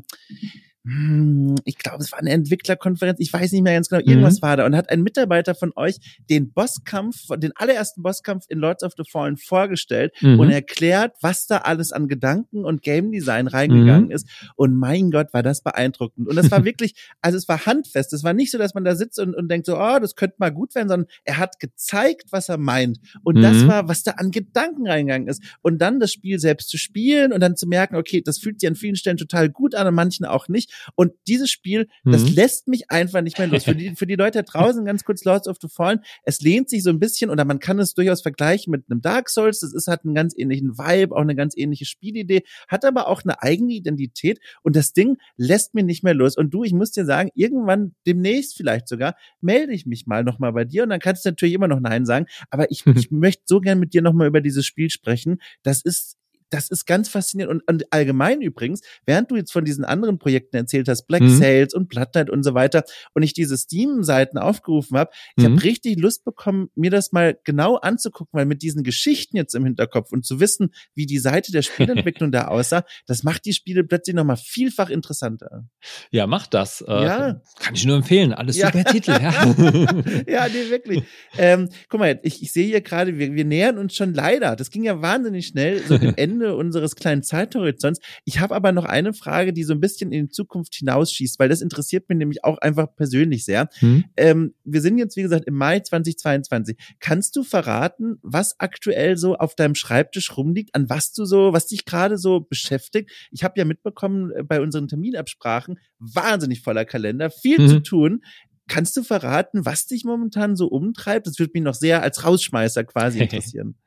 ich glaube, es war eine Entwicklerkonferenz, ich weiß nicht mehr ganz genau, irgendwas war da und hat ein Mitarbeiter von euch den allerersten Bosskampf in Lords of the Fallen vorgestellt und erklärt, was da alles an Gedanken und Game Design reingegangen ist und mein Gott, war das beeindruckend und das war wirklich, also es war handfest, es war nicht so, dass man da sitzt und denkt so, das könnte mal gut werden, sondern er hat gezeigt, was er meint und das war, was da an Gedanken reingegangen ist und dann das Spiel selbst zu spielen und dann zu merken, okay, das fühlt sich an vielen Stellen total gut an, an manchen auch nicht. Und dieses Spiel, das lässt mich einfach nicht mehr los. Für die Leute da draußen, ganz kurz Lords of the Fallen, es lehnt sich so ein bisschen, oder man kann es durchaus vergleichen mit einem Dark Souls, hat einen ganz ähnlichen Vibe, auch eine ganz ähnliche Spielidee, hat aber auch eine eigene Identität und das Ding lässt mich nicht mehr los. Und ich muss dir sagen, irgendwann, demnächst vielleicht sogar, melde ich mich nochmal bei dir und dann kannst du natürlich immer noch Nein sagen, aber ich möchte so gern mit dir nochmal über dieses Spiel sprechen. Das ist ganz faszinierend und allgemein übrigens, während du jetzt von diesen anderen Projekten erzählt hast, Black Sails und Blood Knight und so weiter und ich diese Steam-Seiten aufgerufen habe, ich habe richtig Lust bekommen, mir das mal genau anzugucken, weil mit diesen Geschichten jetzt im Hinterkopf und zu wissen, wie die Seite der Spielentwicklung da aussah, das macht die Spiele plötzlich nochmal vielfach interessanter. Ja, mach das. Kann ich nur empfehlen. Alles super Titel. Ja, ja, nee, wirklich. Guck mal, ich sehe hier gerade, wir nähern uns schon leider, das ging ja wahnsinnig schnell, so dem Ende unseres kleinen Zeithorizonts. Ich habe aber noch eine Frage, die so ein bisschen in die Zukunft hinausschießt, weil das interessiert mich nämlich auch einfach persönlich sehr. Wir sind jetzt, wie gesagt, im Mai 2022. Kannst du verraten, was aktuell so auf deinem Schreibtisch rumliegt, an was dich gerade so beschäftigt? Ich habe ja mitbekommen, bei unseren Terminabsprachen, wahnsinnig voller Kalender, viel zu tun. Kannst du verraten, was dich momentan so umtreibt? Das würde mich noch sehr als Rausschmeißer quasi interessieren.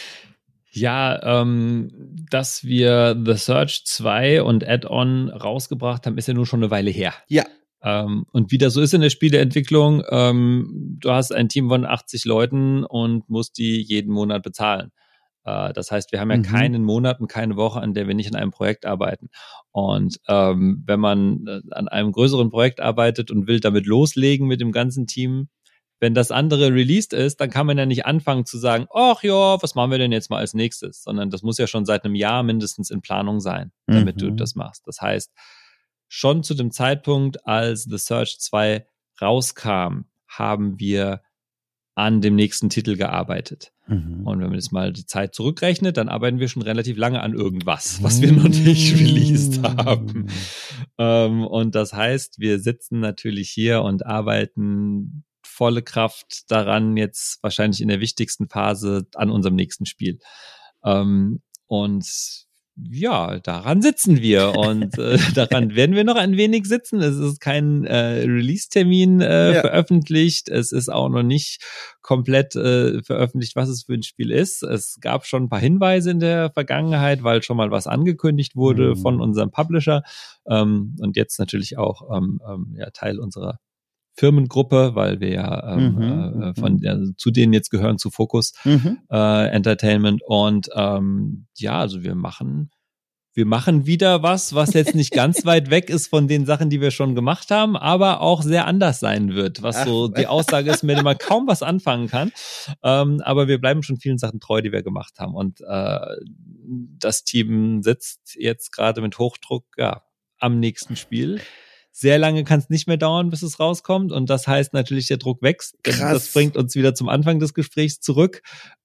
Ja, dass wir The Search 2 und Add-on rausgebracht haben, ist ja nun schon eine Weile her. Ja. Und wie das so ist in der Spieleentwicklung, du hast ein Team von 80 Leuten und musst die jeden Monat bezahlen. Das heißt, wir haben ja keinen Monat und keine Woche, an der wir nicht an einem Projekt arbeiten. Und wenn man an einem größeren Projekt arbeitet und will damit loslegen mit dem ganzen Team, wenn das andere released ist, dann kann man ja nicht anfangen zu sagen, ach ja, was machen wir denn jetzt mal als nächstes? Sondern das muss ja schon seit einem Jahr mindestens in Planung sein, damit du das machst. Das heißt, schon zu dem Zeitpunkt, als The Search 2 rauskam, haben wir an dem nächsten Titel gearbeitet. Mhm. Und wenn man jetzt mal die Zeit zurückrechnet, dann arbeiten wir schon relativ lange an irgendwas, was wir noch nicht released haben. Und das heißt, wir sitzen natürlich hier und arbeiten volle Kraft daran, jetzt wahrscheinlich in der wichtigsten Phase an unserem nächsten Spiel. Und ja, daran sitzen wir und daran werden wir noch ein wenig sitzen. Es ist kein Release-Termin veröffentlicht. Es ist auch noch nicht komplett veröffentlicht, was es für ein Spiel ist. Es gab schon ein paar Hinweise in der Vergangenheit, weil schon mal was angekündigt wurde von unserem Publisher und jetzt natürlich auch Teil unserer Firmengruppe, weil wir ja zu denen jetzt gehören, zu Focus Entertainment und also wir machen wieder was jetzt nicht ganz weit weg ist von den Sachen, die wir schon gemacht haben, aber auch sehr anders sein wird, was so die Aussage ist, mit der man kaum was anfangen kann, aber wir bleiben schon vielen Sachen treu, die wir gemacht haben und das Team sitzt jetzt gerade mit Hochdruck am nächsten Spiel. Sehr lange kann es nicht mehr dauern, bis es rauskommt. Und das heißt natürlich, der Druck wächst. Krass. Das bringt uns wieder zum Anfang des Gesprächs zurück.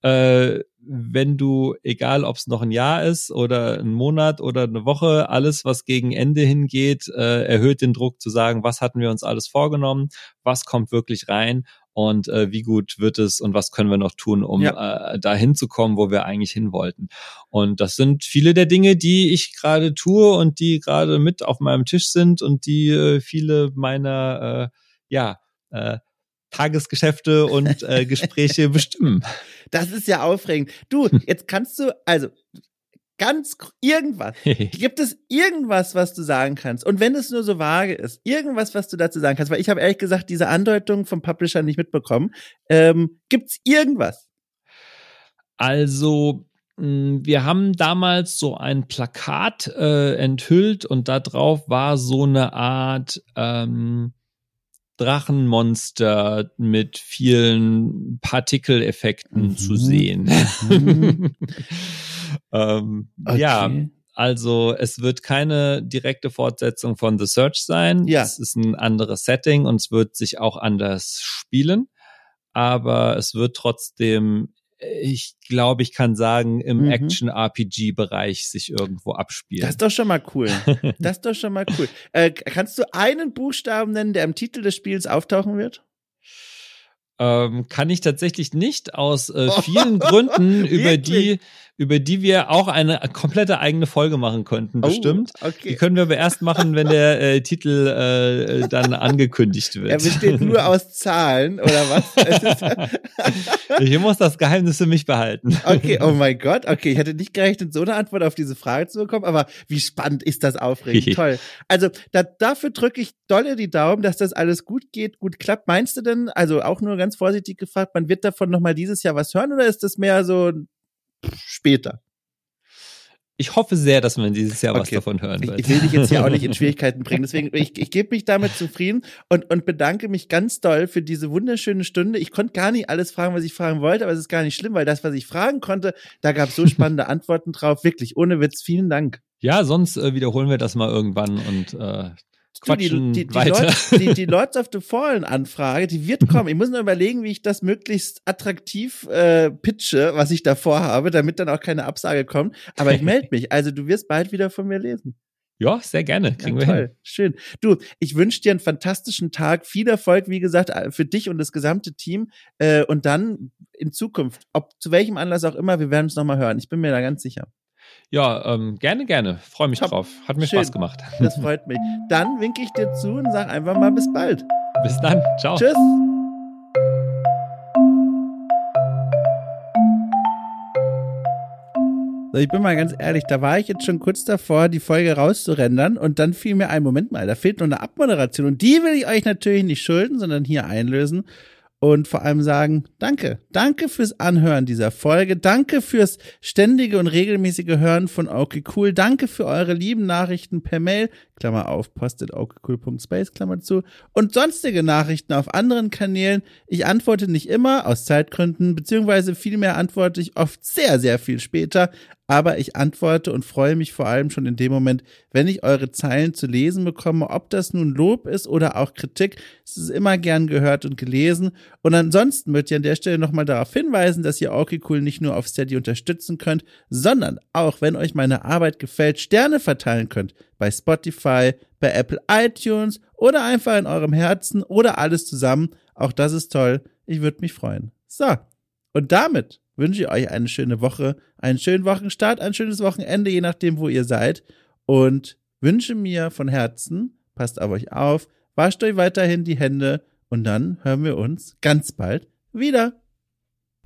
Wenn du, egal ob es noch ein Jahr ist oder ein Monat oder eine Woche, alles, was gegen Ende hingeht, erhöht den Druck zu sagen, was hatten wir uns alles vorgenommen, was kommt wirklich rein und wie gut wird es und was können wir noch tun, um dahin zu kommen, wo wir eigentlich hin wollten. Und das sind viele der Dinge, die ich gerade tue und die gerade mit auf meinem Tisch sind und die viele meiner Tagesgeschäfte und Gespräche bestimmen. Das ist ja aufregend. Du, jetzt kannst du, also irgendwas. Gibt es irgendwas, was du sagen kannst? Und wenn es nur so vage ist, irgendwas, was du dazu sagen kannst? Weil ich habe ehrlich gesagt diese Andeutung vom Publisher nicht mitbekommen. Gibt's irgendwas? Also, wir haben damals so ein Plakat enthüllt und da drauf war so eine Art Drachenmonster mit vielen Partikeleffekten zu sehen. Okay. Ja, also es wird keine direkte Fortsetzung von The Search sein. Ja. Es ist ein anderes Setting und es wird sich auch anders spielen. Aber es wird trotzdem, ich glaube, ich kann sagen, im Action-RPG-Bereich sich irgendwo abspielen. Das ist doch schon mal cool. Kannst du einen Buchstaben nennen, der im Titel des Spiels auftauchen wird? Kann ich tatsächlich nicht, aus vielen Gründen, über die wir auch eine komplette eigene Folge machen könnten, bestimmt. Okay. Die können wir aber erst machen, wenn der Titel dann angekündigt wird. Er besteht nur aus Zahlen, oder was? Ich muss das Geheimnis für mich behalten. Okay, oh mein Gott. Okay, ich hatte nicht gerechnet, so eine Antwort auf diese Frage zu bekommen, aber wie spannend ist das aufregend. Toll. Also dafür drücke ich dolle die Daumen, dass das alles gut geht, gut klappt. Meinst du denn, also auch nur ganz vorsichtig gefragt, man wird davon nochmal dieses Jahr was hören oder ist das mehr so später? Ich hoffe sehr, dass man dieses Jahr was davon hören wird. Ich will dich jetzt hier auch nicht in Schwierigkeiten bringen, deswegen, ich gebe mich damit zufrieden und bedanke mich ganz doll für diese wunderschöne Stunde. Ich konnte gar nicht alles fragen, was ich fragen wollte, aber es ist gar nicht schlimm, weil das, was ich fragen konnte, da gab es so spannende Antworten drauf. Wirklich, ohne Witz, vielen Dank. Ja, sonst wiederholen wir das mal irgendwann und quatschen weiter. Die Lords of the Fallen Anfrage, die wird kommen. Ich muss nur überlegen, wie ich das möglichst attraktiv pitche, was ich da vorhabe, damit dann auch keine Absage kommt. Aber ich melde mich. Also du wirst bald wieder von mir lesen. Ja, sehr gerne. Kriegen wir hin. Schön. Du, ich wünsche dir einen fantastischen Tag. Viel Erfolg, wie gesagt, für dich und das gesamte Team. Und dann in Zukunft, zu welchem Anlass auch immer, wir werden uns nochmal hören. Ich bin mir da ganz sicher. Ja, gerne. Freue mich drauf. Hat mir Spaß gemacht. Das freut mich. Dann winke ich dir zu und sag einfach mal bis bald. Bis dann. Ciao. Tschüss. So, ich bin mal ganz ehrlich, da war ich jetzt schon kurz davor, die Folge rauszurendern und dann fiel mir ein, Moment mal, da fehlt noch eine Abmoderation und die will ich euch natürlich nicht schulden, sondern hier einlösen. Und vor allem sagen, danke. Danke fürs Anhören dieser Folge. Danke fürs ständige und regelmäßige Hören von Okay Cool. Danke für eure lieben Nachrichten per Mail, Klammer auf, post@okcool.space, Klammer zu, und sonstige Nachrichten auf anderen Kanälen. Ich antworte nicht immer, aus Zeitgründen, beziehungsweise vielmehr antworte ich oft sehr, sehr viel später, aber ich antworte und freue mich vor allem schon in dem Moment, wenn ich eure Zeilen zu lesen bekomme, ob das nun Lob ist oder auch Kritik. Es ist immer gern gehört und gelesen. Und ansonsten möchte ich an der Stelle nochmal darauf hinweisen, dass ihr okay cool nicht nur auf Steady unterstützen könnt, sondern auch, wenn euch meine Arbeit gefällt, Sterne verteilen könnt. Bei Spotify, bei Apple iTunes oder einfach in eurem Herzen oder alles zusammen. Auch das ist toll. Ich würde mich freuen. So, und damit wünsche ich euch eine schöne Woche, einen schönen Wochenstart, ein schönes Wochenende, je nachdem, wo ihr seid. Und wünsche mir von Herzen, passt auf euch auf, wascht euch weiterhin die Hände und dann hören wir uns ganz bald wieder.